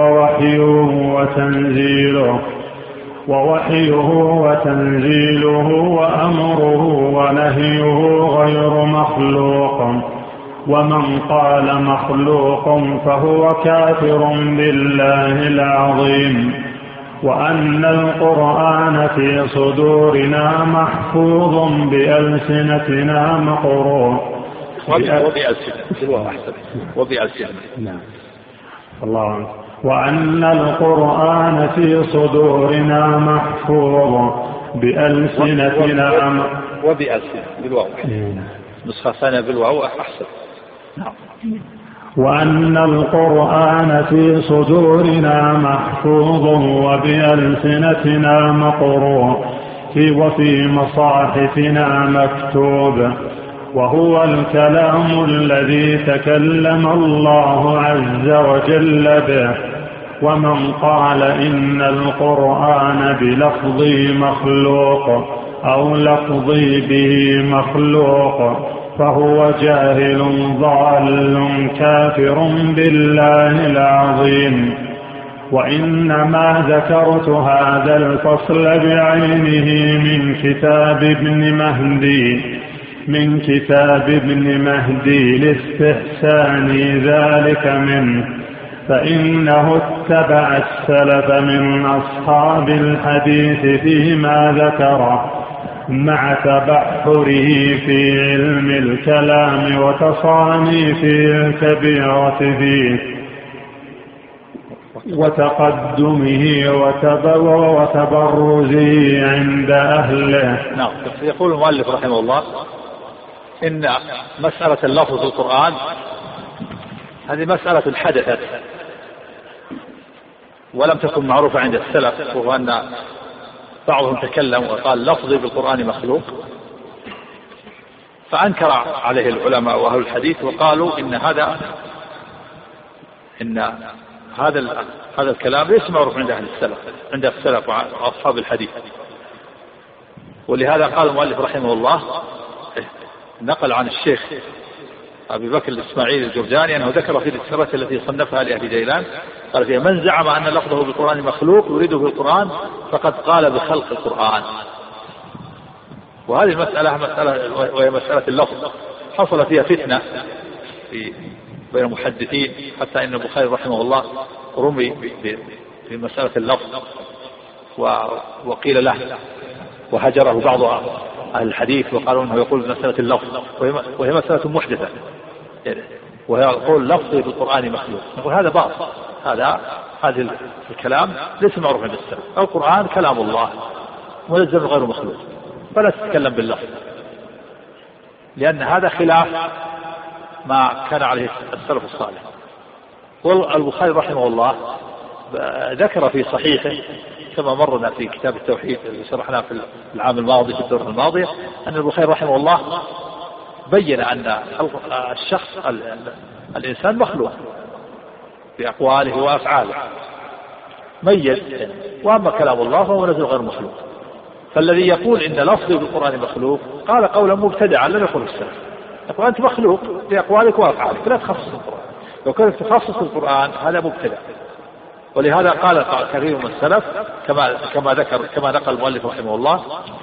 ووحيه وتنزيله وأمره ونهيه غير مخلوق، ومن قال مخلوق فهو كافر بالله العظيم. وأن القرآن في صدورنا محفوظ بألسنتنا مقروء وأن القرآن في صدورنا محفوظ بألسنتنا بالواو نسخة ثانية بالواو أحسن. وأن القرآن في صدورنا محفوظ وبألسنتنا مقروء وفي مصاحفنا مكتوب، وهو الكلام الذي تكلم الله عز وجل به. ومن قال إن القرآن بلفظي مخلوق أو لفظي به مخلوق فهو جاهل ضال كافر بالله العظيم. وإنما ذكرت هذا الفصل بعينه من كتاب ابن مهدي لاستحسان ذلك منه، فإنه اتبع السلف من أصحاب الحديث فيما ذكره مع تبحره في علم الكلام وتصانيفه الكبيرة فيه وتقدمه وتبرزه عند أهله. نعم. يقول المؤلف رحمه الله إن مسألة اللفظ في القرآن هذه مسألة حدثت ولم تكن معروفة عند السلف، وهو أن بعضهم تكلم وقال لفظي بالقرآن مخلوق، فأنكر عليه العلماء وأهل الحديث وقالوا إن هذا الكلام ليس معروف عند أهل السلف، عند السلف وأصحاب الحديث. ولهذا قال المؤلف رحمه الله نقل عن الشيخ أبي بكر الإسماعيلي الجرجاني أنه ذكر في الرسالة التي صنفها لأبي جيلان قال فيها: من زعم أن لفظه بالقرآن مخلوق يريده بالقرآن فقد قال بخلق القرآن. وهذه المسألة وهي مسألة اللفظ حصل فيها فتنة بين المحدثين، حتى إن البخاري رحمه الله رمي في مسألة اللفظ وقيل له وهجره بعض أهل الحديث وقالوا أنه يقول بمسألة اللفظ، وهي مسألة محدثة، وهي يقول لفظي بالقرآن مخلوق. نقول هذا باطل، هذا الكلام ليس معروف عند السلف. القرآن كلام الله منزل غير مخلوق، فلا تتكلم باللفظ، لأن هذا خلاف ما كان عليه السلف الصالح. والبخاري رحمه الله ذكر في صحيحه كما مرنا في كتاب التوحيد اللي شرحناه في العام الماضي في الدورة الماضية أن البخاري رحمه الله بين أن الشخص الإنسان مخلوق بأقواله وأفعاله ميز، وأما كلام الله فهو نزل غير مخلوق. فالذي يقول إن لفظي بالقرآن مخلوق قال قولا مبتدعا لم يقل السلف. يقول أنت مخلوق بأقوالك وأفعالك، لا تخصص القرآن. لو كنت تخصص القرآن هذا مبتدع. ولهذا قال كثير من السلف كما نقل المؤلف رحمه الله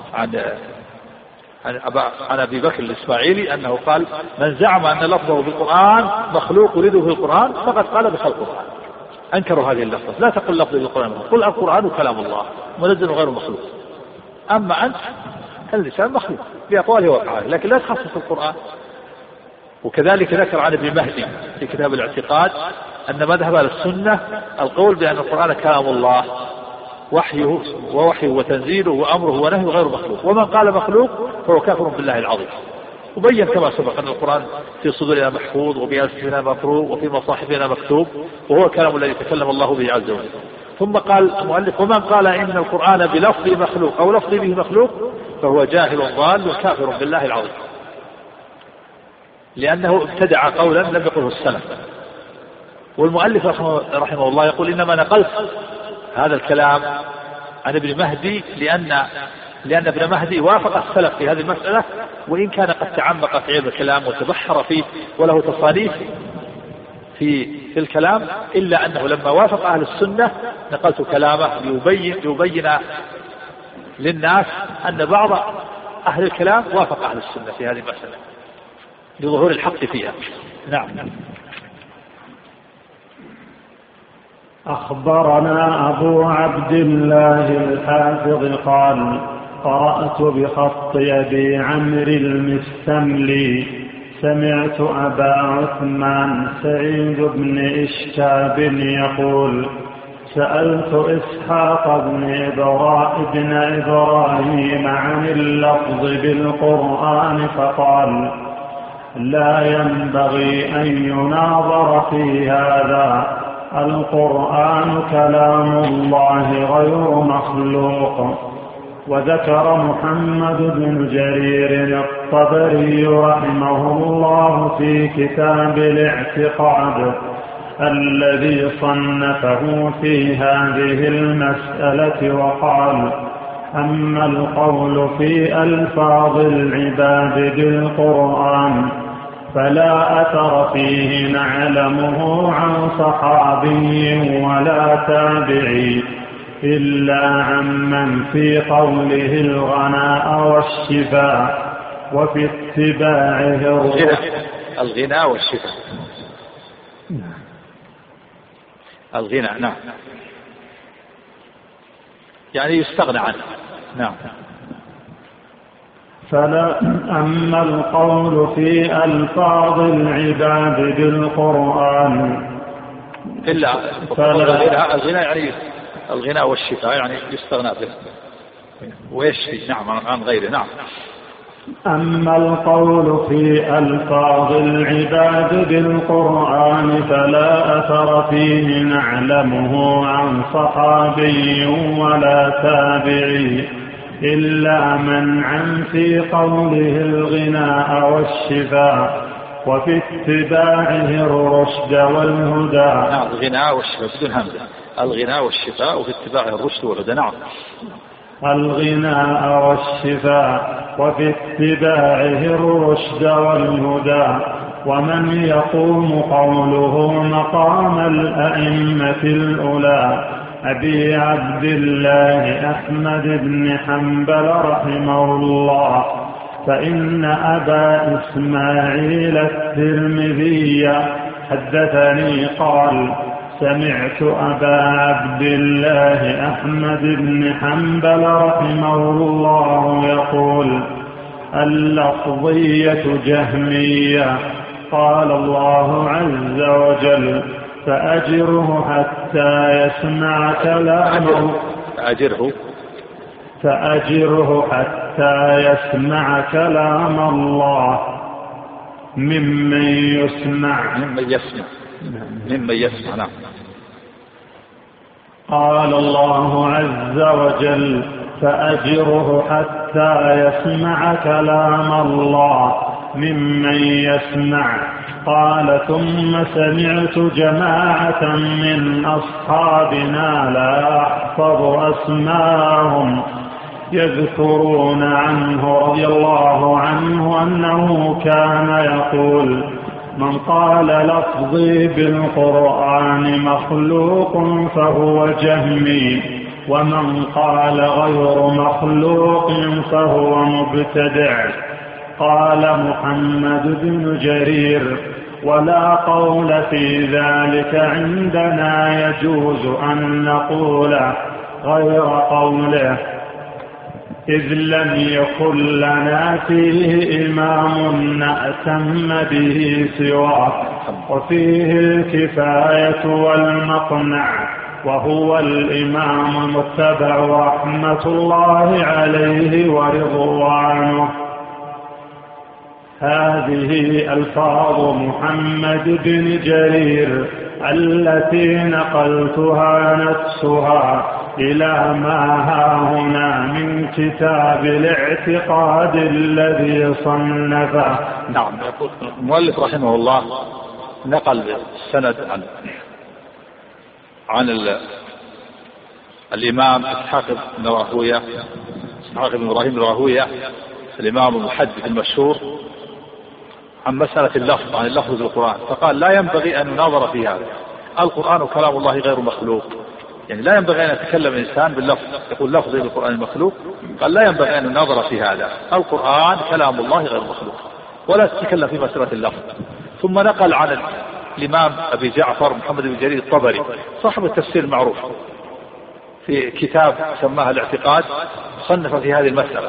عن أبي بكر الإسماعيلي أنه قال: من زعم أن لفظه بالقرآن مخلوق يريده في القرآن فقد قال بخلق القرآن. أنكروا هذه اللفظة، لا تقل لفظه بالقرآن، قل القرآن كلام الله منزل غير مخلوق. أما أنت اللسان مخلوق بأقواله وأفعاله، لكن لا تخصص القرآن. وكذلك ذكر عن ابن مهدي في كتاب الاعتقاد أن مذهب السنة القول بأن القرآن كلام الله وحيه وتنزيله وأمره ونهيه غير مخلوق، ومن قال مخلوق فهو كافر بالله العظيم. وبين كما سبق أن القرآن في صدورنا محفوظ وبألسنتنا مقروء وفي مصاحفنا مكتوب، وهو الكلام الذي تكلم الله به عز وجل. ثم قال المؤلف: ومن قال إن القرآن بلفظ مخلوق أو لفظ به مخلوق فهو جاهل ضال وكافر بالله العظيم، لأنه ابتدع قولا لم يقله السلف. والمؤلف رحمه الله يقول: إنما نقلت هذا الكلام عن ابن مهدي لأن ابن مهدي وافق السلف في هذه المسألة، وإن كان قد تعمق في علم الكلام وتبحر فيه وله تصانيف في الكلام، إلا أنه لما وافق أهل السنة نقلت كلامه ليبين للناس أن بعض أهل الكلام وافق أهل السنة في هذه المسألة لظهور الحق فيها. نعم. أخبرنا أبو عبد الله الحافظ قال: قرأت بخط أبي عمرو المستملي سمعت أبا عثمان سعيد بن إشتاب يقول: سألت إسحاق بن إبراهيم عن اللفظ بالقرآن فقال: لا ينبغي أن يناظر في هذا، القرآن كلام الله غير مخلوق. وذكر محمد بن جرير الطبري رحمه الله في كتاب الاعتقاد الذي صنفه في هذه المسألة وقال: أما القول في ألفاظ العباد بالقرآن فلا أثر فيه نعلمه عن صحابي ولا تابعي إلا عمن في قوله الغناء والشفاء وفي اتباعه الغناء والشفاء. الغناء نعم، يعني يستغنى عنه. نعم. أما القول في ألفاظ العباد بالقرآن إلا الغنى يعني الغنى والشفاء يعني يستغنى به ويشفي نعم عن غيره. نعم. أما القول في ألفاظ العباد بالقرآن فلا أثر فيه نعلمه عن صحابي ولا تابعي إلا منعا في قوله الغناء والشفاء وفي اتباعه الرشد والهدى. نعم. الغناء والشفاء بدون همزة. الغناء والشفاء وفي اتباعه الرشد والهدى. نعم. الغناء والشفاء وفي اتباعه الرشد والهدى ومن يقوم قوله مقام الأئمة الأولى أبي عبد الله أحمد بن حنبل رحمه الله فإن أبا إسماعيل الترمذي حدثني قال سمعت أبا عبد الله أحمد بن حنبل رحمه الله يقول اللفظية جهمية قال الله عز وجل فأجره حتى يسمع كلامه فأجره حتى يسمع كلام الله ممن يسمع. نعم. قال الله عز وجل فأجره حتى يسمع كلام الله ممن يسمع. قال ثم سمعت جماعة من أصحابنا لا أحفظ أسماءهم يذكرون عنه رضي الله عنه أنه كان يقول من قال لفظي بالقرآن مخلوق فهو جهمي ومن قال غير مخلوق فهو مبتدع. قال محمد بن جرير ولا قول في ذلك عندنا يجوز أن نقول غير قوله إذ لم يكن لنا فيه إمام نأتم به سواه وفيه الكفاية والمقنع وهو الإمام المتبع رحمة الله عليه ورضوانه. هذه ألفاظ محمد بن جرير التي نقلتها نفسها إلى ما ها هنا من كتاب الاعتقاد الذي صنفه. نعم. يقول المؤلف رحمه الله نقل السند عن الإمام إسحاق بن إبراهيم الراهوية الإمام المحدث المشهور عن مسألة اللفظ عن اللفظ بالقرآن فقال لا ينبغي أن نناظر في هذا. القرآن كلام الله غير مخلوق يعني لا ينبغي أن يتكلم الإنسان باللفظ يقول لفظي بالقرآن مخلوق. قال لا ينبغي أن نناظر في هذا. القرآن كلام الله غير مخلوق ولا تتكلم في مسألة اللفظ. ثم نقل عن الإمام أبي جعفر محمد بن جرير الطبري صاحب التفسير المعروف في كتاب سماه الاعتقاد صنف في هذه المسألة.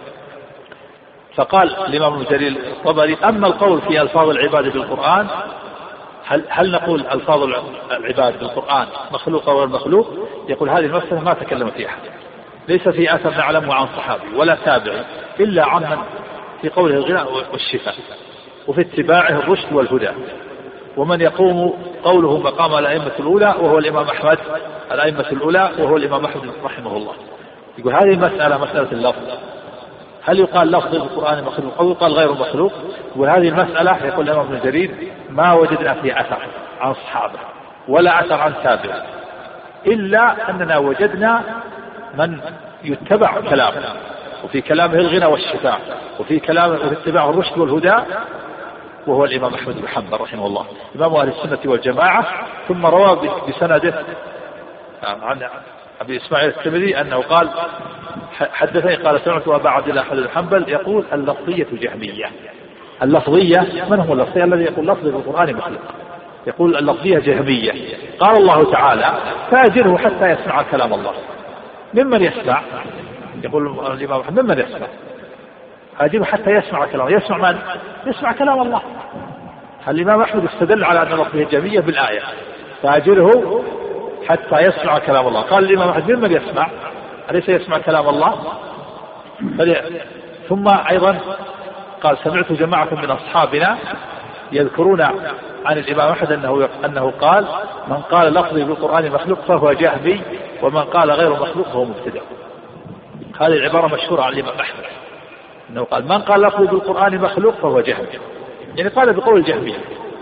فقال الإمام ابن جرير الطبري أما القول في ألفاظ العباد بالقرآن هل نقول ألفاظ العباد بالقرآن مخلوق أو غير مخلوق؟ يقول هذه المسألة ما تكلم فيها ليس في أثر نعلم عن صحابي ولا تابعي إلا عمن في قوله الغناء والشفاء وفي اتباعه الرشد والهدى ومن يقوم قوله مقام الأئمة الأولى وهو الإمام أحمد الأئمة الأولى وهو الإمام أحمد رحمه الله. يقول هذه المسألة مسألة اللفظ هل يقال لفظ القرآن مخلوق أو يقال غير مخلوق؟ وهذه المسألة يقول الإمام ابن جرير ما وجدنا فيه أثر عن صحابة ولا أثر عن تابع إلا أننا وجدنا من يتبع كلامه وفي كلامه الغنى والشفاء وفي كلامه اتباع الرشد والهدى وهو الإمام أحمد بن حنبل رحمه الله إمام أهل السنة والجماعة. ثم روى بسنده عن أبي إسماعيل الترمذي أنه قال حدثني قال سمعت أبا عبد الله أحمد بن حنبل يقول اللفظية جهمية. اللفظية من هو اللفظية الذي يقول لفظ القرآن مخلوق؟ يقول اللفظية جهمية. قال الله تعالى فأجره حتى يسمع كلام الله. ممن يسمع؟ يقول الإمام أحمد ممن يسمع؟ أجيبه حتى يسمع كلام الله. يسمع من؟ يسمع كلام الله. الإمام أحمد استدل على أن اللفظية الجهمية بالآية فأجره حتى يسمع كلام الله. قال الإمام أحمد من يسمع؟ أليس يسمع كلام الله؟ ثم أيضا قال سمعت جماعة من أصحابنا يذكرون عن الإمام أحمد أنه قال من قال لفظي بالقرآن مخلوق فهو جهمي ومن قال غير مخلوق فهو مبتدع. هذه العبارة مشهورة عن الإمام أحمد أنه قال من قال لفظي بالقرآن مخلوق فهو جهمي، يعني قال بقول الجهمية،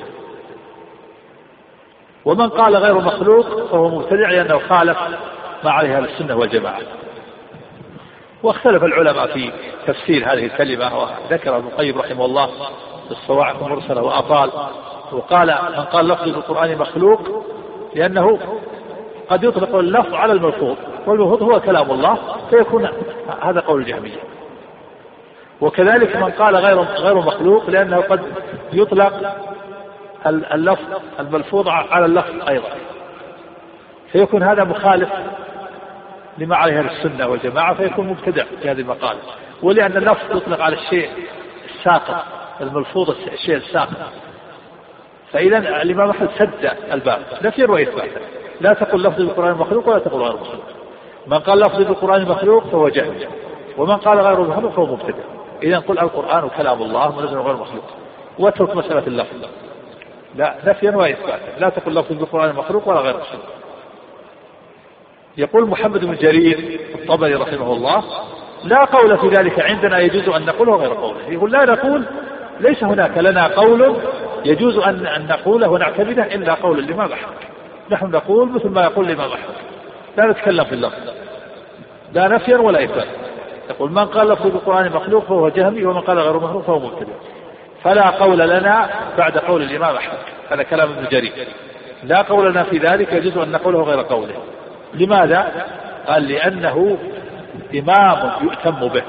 ومن قال غير مخلوق فهو مبتدع لأنه خالف ما عليه أهل السنة والجماعة. واختلف العلماء في تفسير هذه الكلمة، وذكر ابن القيم رحمه الله في الصواعق المرسلة وأطال، وقال من قال لفظ بالقرآن مخلوق لأنه قد يطلق اللفظ على الملفوظ، والملفوظ هو كلام الله فيكون هذا قول الجهمية. وكذلك من قال غير مخلوق لأنه قد يطلق اللفظ الملفوظ على اللفظ أيضا، فيكون هذا مخالف لما عليه السنة والجماعة فيكون مبتدع في هذه المقالة. ولأن اللفظ يطلق على الشيء الساقط الملفوظ الشيء الساقط، فإذا الإمام أحمد سد الباب نفيا وإثباتا. لا تقل لفظ بالقرآن مخلوق ولا تقل غير مخلوق. من قال لفظ بالقرآن مخلوق فهو جاهل، ومن قال غير مخلوق فهو مبتدع. إذا قل القرآن كلام الله منزل غير مخلوق، واترك مسألة اللفظ لا نفيا وإثباتا. لا تقل لفظ بالقرآن مخلوق ولا غير مخلوق. يقول محمد بن جرير الطبري رحمه الله لا قول في ذلك عندنا يجوز أن نقوله غير قوله. يقول لا نقول، ليس هناك لنا قول يجوز أن نقوله ونعتمده إلا قول الإمام أحمد. نحن نقول مثل ما يقول الإمام أحمد، لا نتكلم في اللفظ لا نفيا ولا إثباتا. يقول من قال لفظ بالقرآن مخلوق فهو جهمي، ومن قال غير مخلوق فهو مبتدع. فلا قول لنا بعد قول الإمام أحمد. هذا كلام ابن جرير. لا قول لنا في ذلك يجوز أن نقوله غير قوله. لماذا؟ قال لأنه إمام يؤتم به،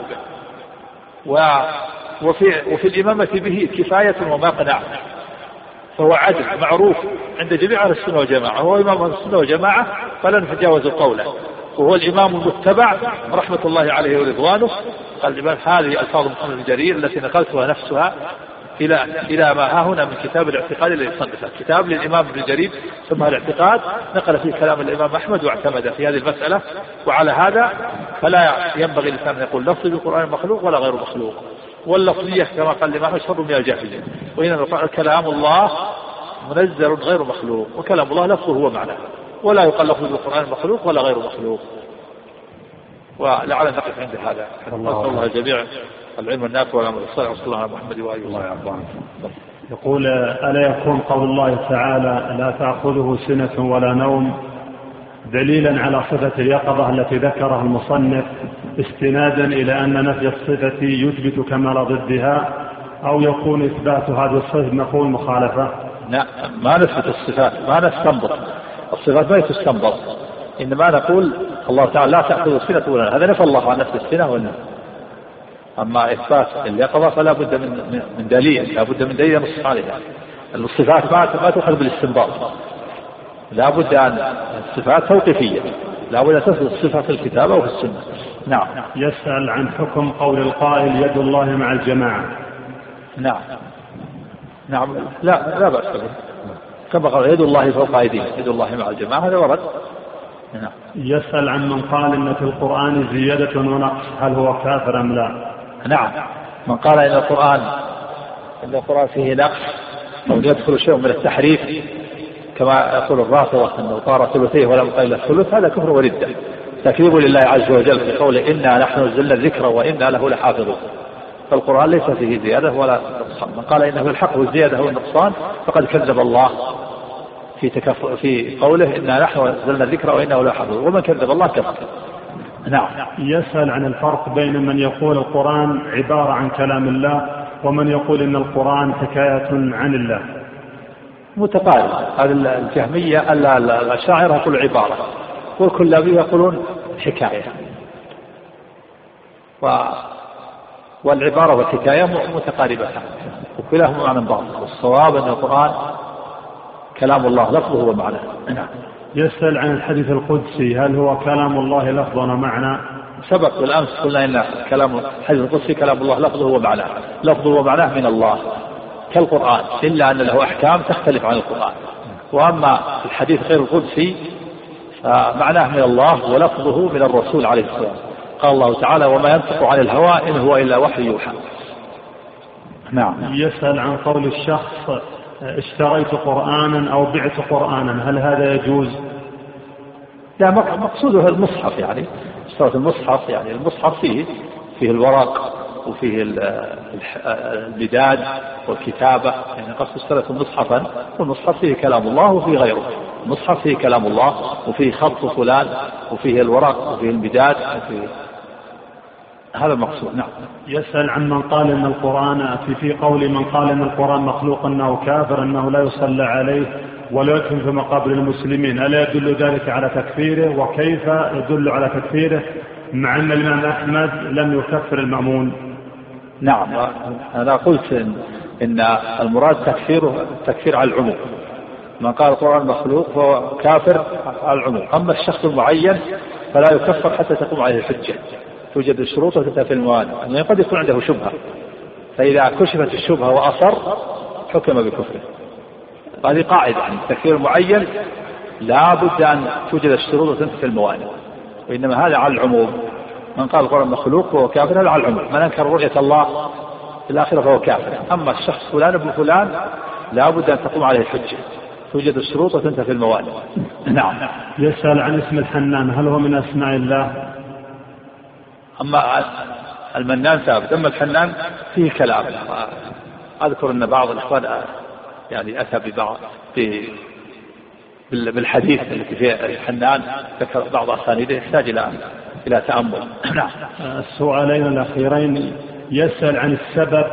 وفي الإمامة به كفاية ومقنع، فهو عدل معروف عند جميع أهل السنة والجماعة، هو إمام أهل السنة والجماعة فلا نتجاوز قوله، وهو الإمام المتبع رحمة الله عليه ورضوانه. قال هذه ألفاظ محمد بن جرير التي نقلتها نفسها إلى ما ها هنا من كتاب الاعتقاد الذي صنفه، كتاب للإمام ابن جرير ثم الاعتقاد، نقل فيه كلام الإمام أحمد واعتمد في هذه المسألة. وعلى هذا فلا ينبغي الإنسان أن يقول لفظ بالقرآن مخلوق ولا غير مخلوق. واللفظية كما قال الإمام أحمد شر من الجاهلية، وإنما كلام الله منزل غير مخلوق، وكلام الله لفظه هو معناه، ولا يقال لفظ بالقرآن مخلوق ولا غير مخلوق. ولعل نقف عند هذا. نسأل الله الجميع العلم النافع والعمل الصالح، وصلى الله على محمد وآله وصحبه. يقول ألا يكون قول الله تعالى لا تأخذه سنة ولا نوم دليلا على صفة اليقظة التي ذكرها المصنف استنادا إلى أن نفي الصفة يثبت كمال ضدها، أو يكون إثبات هذه الصفة نقول مخالفة؟ لا، ما نثبت الصفات، ما نستنبط الصفات، ما تستنبط، إنما نقول الله تعالى لا تأخذه سنة ولا نوم، هذا نفى الله عن نفس السنة والنوم. أما إثبات اليقظة فلا بد من دليل، لا بد من دليل ينص عليها. الصفات ما تؤخذ بالاستنباط، لا بد أن الصفات توقيفية، لا بد أن تثبت الصفة في الكتاب وفي السنة. نعم. يسأل عن حكم قول القائل يد الله مع الجماعة. نعم لا بأس به، كما قال يد الله فوق أيديهم، يد الله مع الجماعة، هذا ورد. نعم. يسأل عن من قال إن في القرآن زيادة ونقص، هل هو كافر أم لا؟ نعم، من قال إن القرآن فيه نقص أو يدخل شيء من التحريف كما يقول الرافضة أنه طار ثلثيه ولم يقل الثلث، هذا كفر وردة، تكذيب لله عز وجل في قوله إنا نحن نزلنا الذكر وإنا له لحافظون. فالقرآن ليس فيه زيادة ولا نقصان. من قال إنه الحق والزيادة والنقصان فقد كذب الله في قوله إنا نحن نزلنا الذكر وإنا له لحافظون، ومن كذب الله كفر. نعم. يسأل عن الفرق بين من يقول القرآن عبارة عن كلام الله ومن يقول إن القرآن حكاية عن الله. متقارب. هذا الجهمية الأشاعرة يقول عبارة، والكلابية يقولون حكاية، والعبارة والحكاية متقاربتان وكلاهما معنى بعض، والصواب أن القرآن كلام الله لفظه ومعناه. نعم. يسأل عن الحديث القدسي، هل هو كلام الله لفظا ومعنى؟ سبق بالأمس قلنا إن كلام الحديث القدسي كلام الله لفظه ومعناه من الله كالقرآن، إلا أن له أحكام تختلف عن القرآن. وأما الحديث غير القدسي فمعناه من الله ولفظه من الرسول عليه السلام. قال الله تعالى: وما ينطق عن الهوى إن هو إلا وحي يوحى. نعم. يسأل عن قول الشخص: اشتريت قرآنا أو بعت قرآنا، هل هذا يجوز؟ لا، مقصوده المصحف، يعني اشتريت المصحف، يعني المصحف فيه الورق وفيه البداد والكتابة، يعني قصد اشتريت مصحفا، والمصحف فيه كلام الله وفيه غيره. المصحف فيه كلام الله وفيه خط فلان وفيه الورق وفيه البداد وفيه، هذا المقصود. نعم. يسأل عن من قال ان القرآن في قول من قال ان القرآن مخلوق انه كافر، انه لا يصلى عليه ولا يدفن في مقابر المسلمين، ألا يدل ذلك على تكفيره؟ وكيف يدل على تكفيره مع ان الإمام أحمد لم يكفر المأمون؟ نعم، أنا قلت إن المراد تكفير على العموم. من قال القرآن مخلوق فهو كافر على العموم. أما الشخص المعين فلا يكفر حتى تقوم عليه الحجة، توجد الشروط وتتفي الموانع، أنه قد يكون عنده شبهة، فإذا كشفت الشبهة وأصر حكم بكفره. هذه قاعدة، يعني التكفير المعين لا بد أن توجد الشروط وتنتفي الموانع، وإنما هذا على العموم. من قال القرآن مخلوق فهو كافر، هذا على العموم. من أنكر رؤية الله في الآخرة فهو كافر. أما الشخص فلان ابن فلان لا بد أن تقوم عليه الحجة، توجد الشروط وتنتفي الموانع. نعم. يسأل عن اسم الحنان، هل هو من أسماء الله؟ أما المنان ثابت، أما الحنان فيه كلام. أذكر أن بعض الإخوان يعني أتى ببعض بالحديث التي فيه الحنان، ذكر بعض أسانيده يحتاج إلى تأمل. نعم. السؤالين الأخيرين، يسأل عن السبب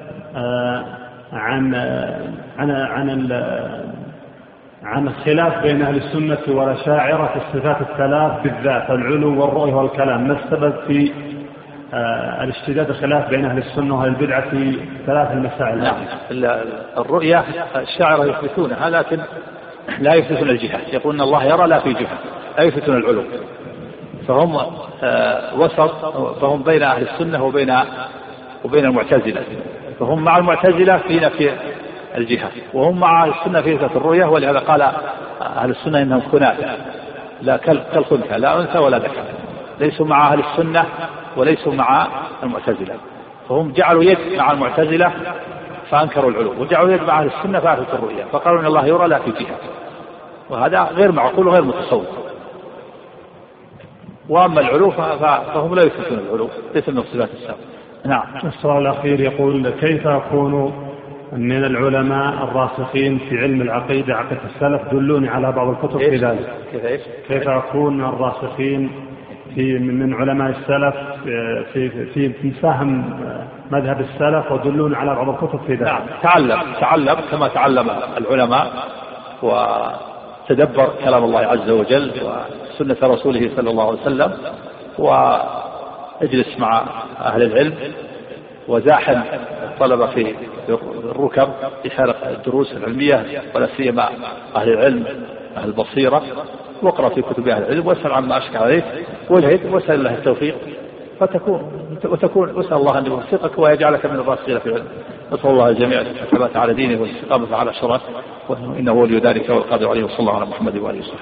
عن الخلاف بين أهل السنة والأشاعرة في الصفات الثلاث بالذات، العلو والرؤية والكلام. ما السبب في الاشتداد الخلاف بين أهل السنة وأهل البدعة في ثلاث المسائل؟ نعم. الرؤية الشاعرة يثبتونها، لكن لا يثبتون الجهة، يقولون الله يرى لا في جهة، لا يثبتون العلو. فهم وسط، فهم بين أهل السنة وبين المعتزلة. فهم مع المعتزلة في نفي الجهة، وهم مع السنة في إثبات الرؤية. ولهذا قال أهل السنة إنهم خناثة، لا كالخنثى، لا أنثى ولا ذكر. ليسوا مع أهل السنة وليسوا مع المعتزلة. فهم جعلوا يد مع المعتزلة فأنكروا العلو، وجعلوا يد مع أهل السنة فأثبتوا الرؤية، فقالوا إن الله يرى لا في جهة، وهذا غير معقول وغير متصور. وأما العلو فهم لا يثبتون العلو، ليس من صفات السابق. نعم. السؤال الأخير يقول: كيف أكون من العلماء الراسخين في علم العقيدة عقيدة السلف؟ دلوني على بعض الكتب في ذلك. كيف أكون من الراسخين من علماء السلف في فهم مذهب السلف، ودلوني على بعض الكتب في ذلك. نعم. تعلم كما تعلم العلماء، وتدبر كلام الله عز وجل وسنة رسوله صلى الله عليه وسلم، واجلس مع أهل العلم، وزاحم الطلبة في الركب في حلقة الدروس العلمية، ولا سيما أهل العلم أهل البصيرة، واقرأ في كتب أهل العلم، واسأل عما أشكل عليك، واجهد، واسأل الله التوفيق، وتكون واسأل الله أن يوفقك ويجعلك من الراسخين في العلم. نسأل الله الجميع الثبات على دينه والاستقامة على شرعه، وإنه ولي ذلك والقادر عليه. وصلى الله على محمد وآله وصحبه.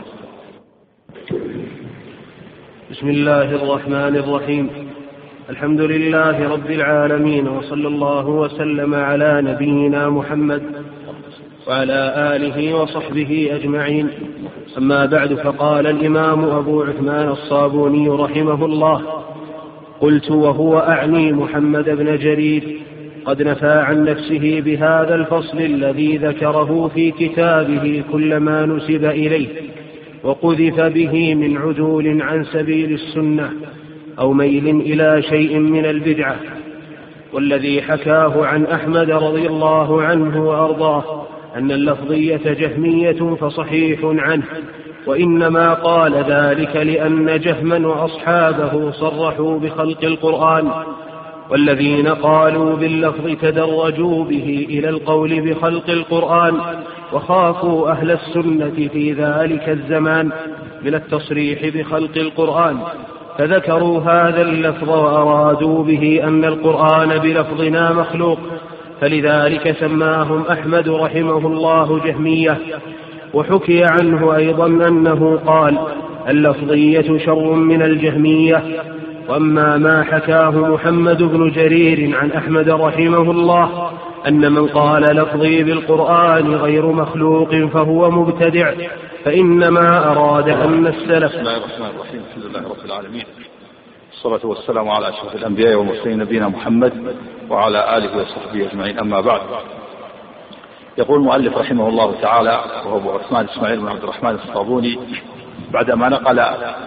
بسم الله الرحمن الرحيم. الحمد لله رب العالمين، وصلى الله وسلم على نبينا محمد وعلى آله وصحبه أجمعين. أما بعد، فقال الإمام أبو عثمان الصابوني رحمه الله: قلت وهو أعني محمد بن جرير قد نفى عن نفسه بهذا الفصل الذي ذكره في كتابه كل ما نسب إليه وقذف به من عدول عن سبيل السنة أو ميل إلى شيء من البدعة، والذي حكاه عن أحمد رضي الله عنه وأرضاه أن اللفظية جهمية فصحيح عنه، وإنما قال ذلك لأن جهما وأصحابه صرحوا بخلق القرآن، والذين قالوا باللفظ تدرجوا به إلى القول بخلق القرآن، وخافوا أهل السنة في ذلك الزمان من التصريح بخلق القرآن، فذكروا هذا اللفظ وأرادوا به أن القرآن بلفظنا مخلوق، فلذلك سماهم أحمد رحمه الله جهمية. وحكي عنه أيضا أنه قال: اللفظية شر من الجهمية. وأما ما حكاه محمد بن جرير عن أحمد رحمه الله أن من قال لفظي بالقرآن غير مخلوق فهو مبتدع، فإنما أراد أن السلف. بسم الله الرحمن الرحيم. الحمد لله رب العالمين، الصلاة والسلام على أشرف الأنبياء والمرسلين نبينا محمد وعلى آله وصحبه أجمعين، أما بعد. يقول المؤلف رحمه الله تعالى وهو أبو عثمان إسماعيل بن عبد الرحمن الصابوني بعدما نقل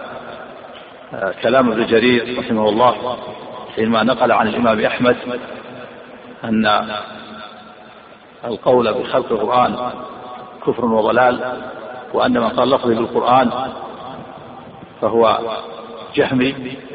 كلام ابن جرير رحمه الله حينما نقل عن الإمام أحمد أن القول بخلق القرآن كفر وضلال، وأن من قال لفظي بالقرآن فهو جهمي.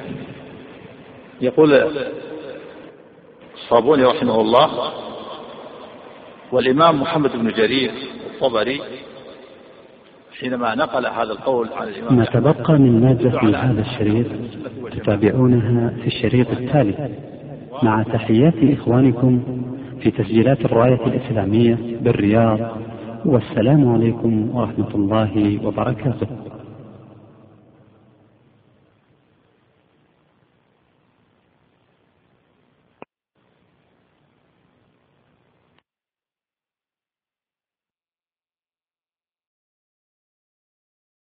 يقول الصابوني رحمه الله: والإمام محمد بن جرير الطبري حينما نقل هذا القول عن الإمام ما تبقى من مادة في هذا الشريط تتابعونها في الشريط التالي، مع تحيات إخوانكم في تسجيلات الراية الإسلامية بالرياض، والسلام عليكم ورحمة الله وبركاته.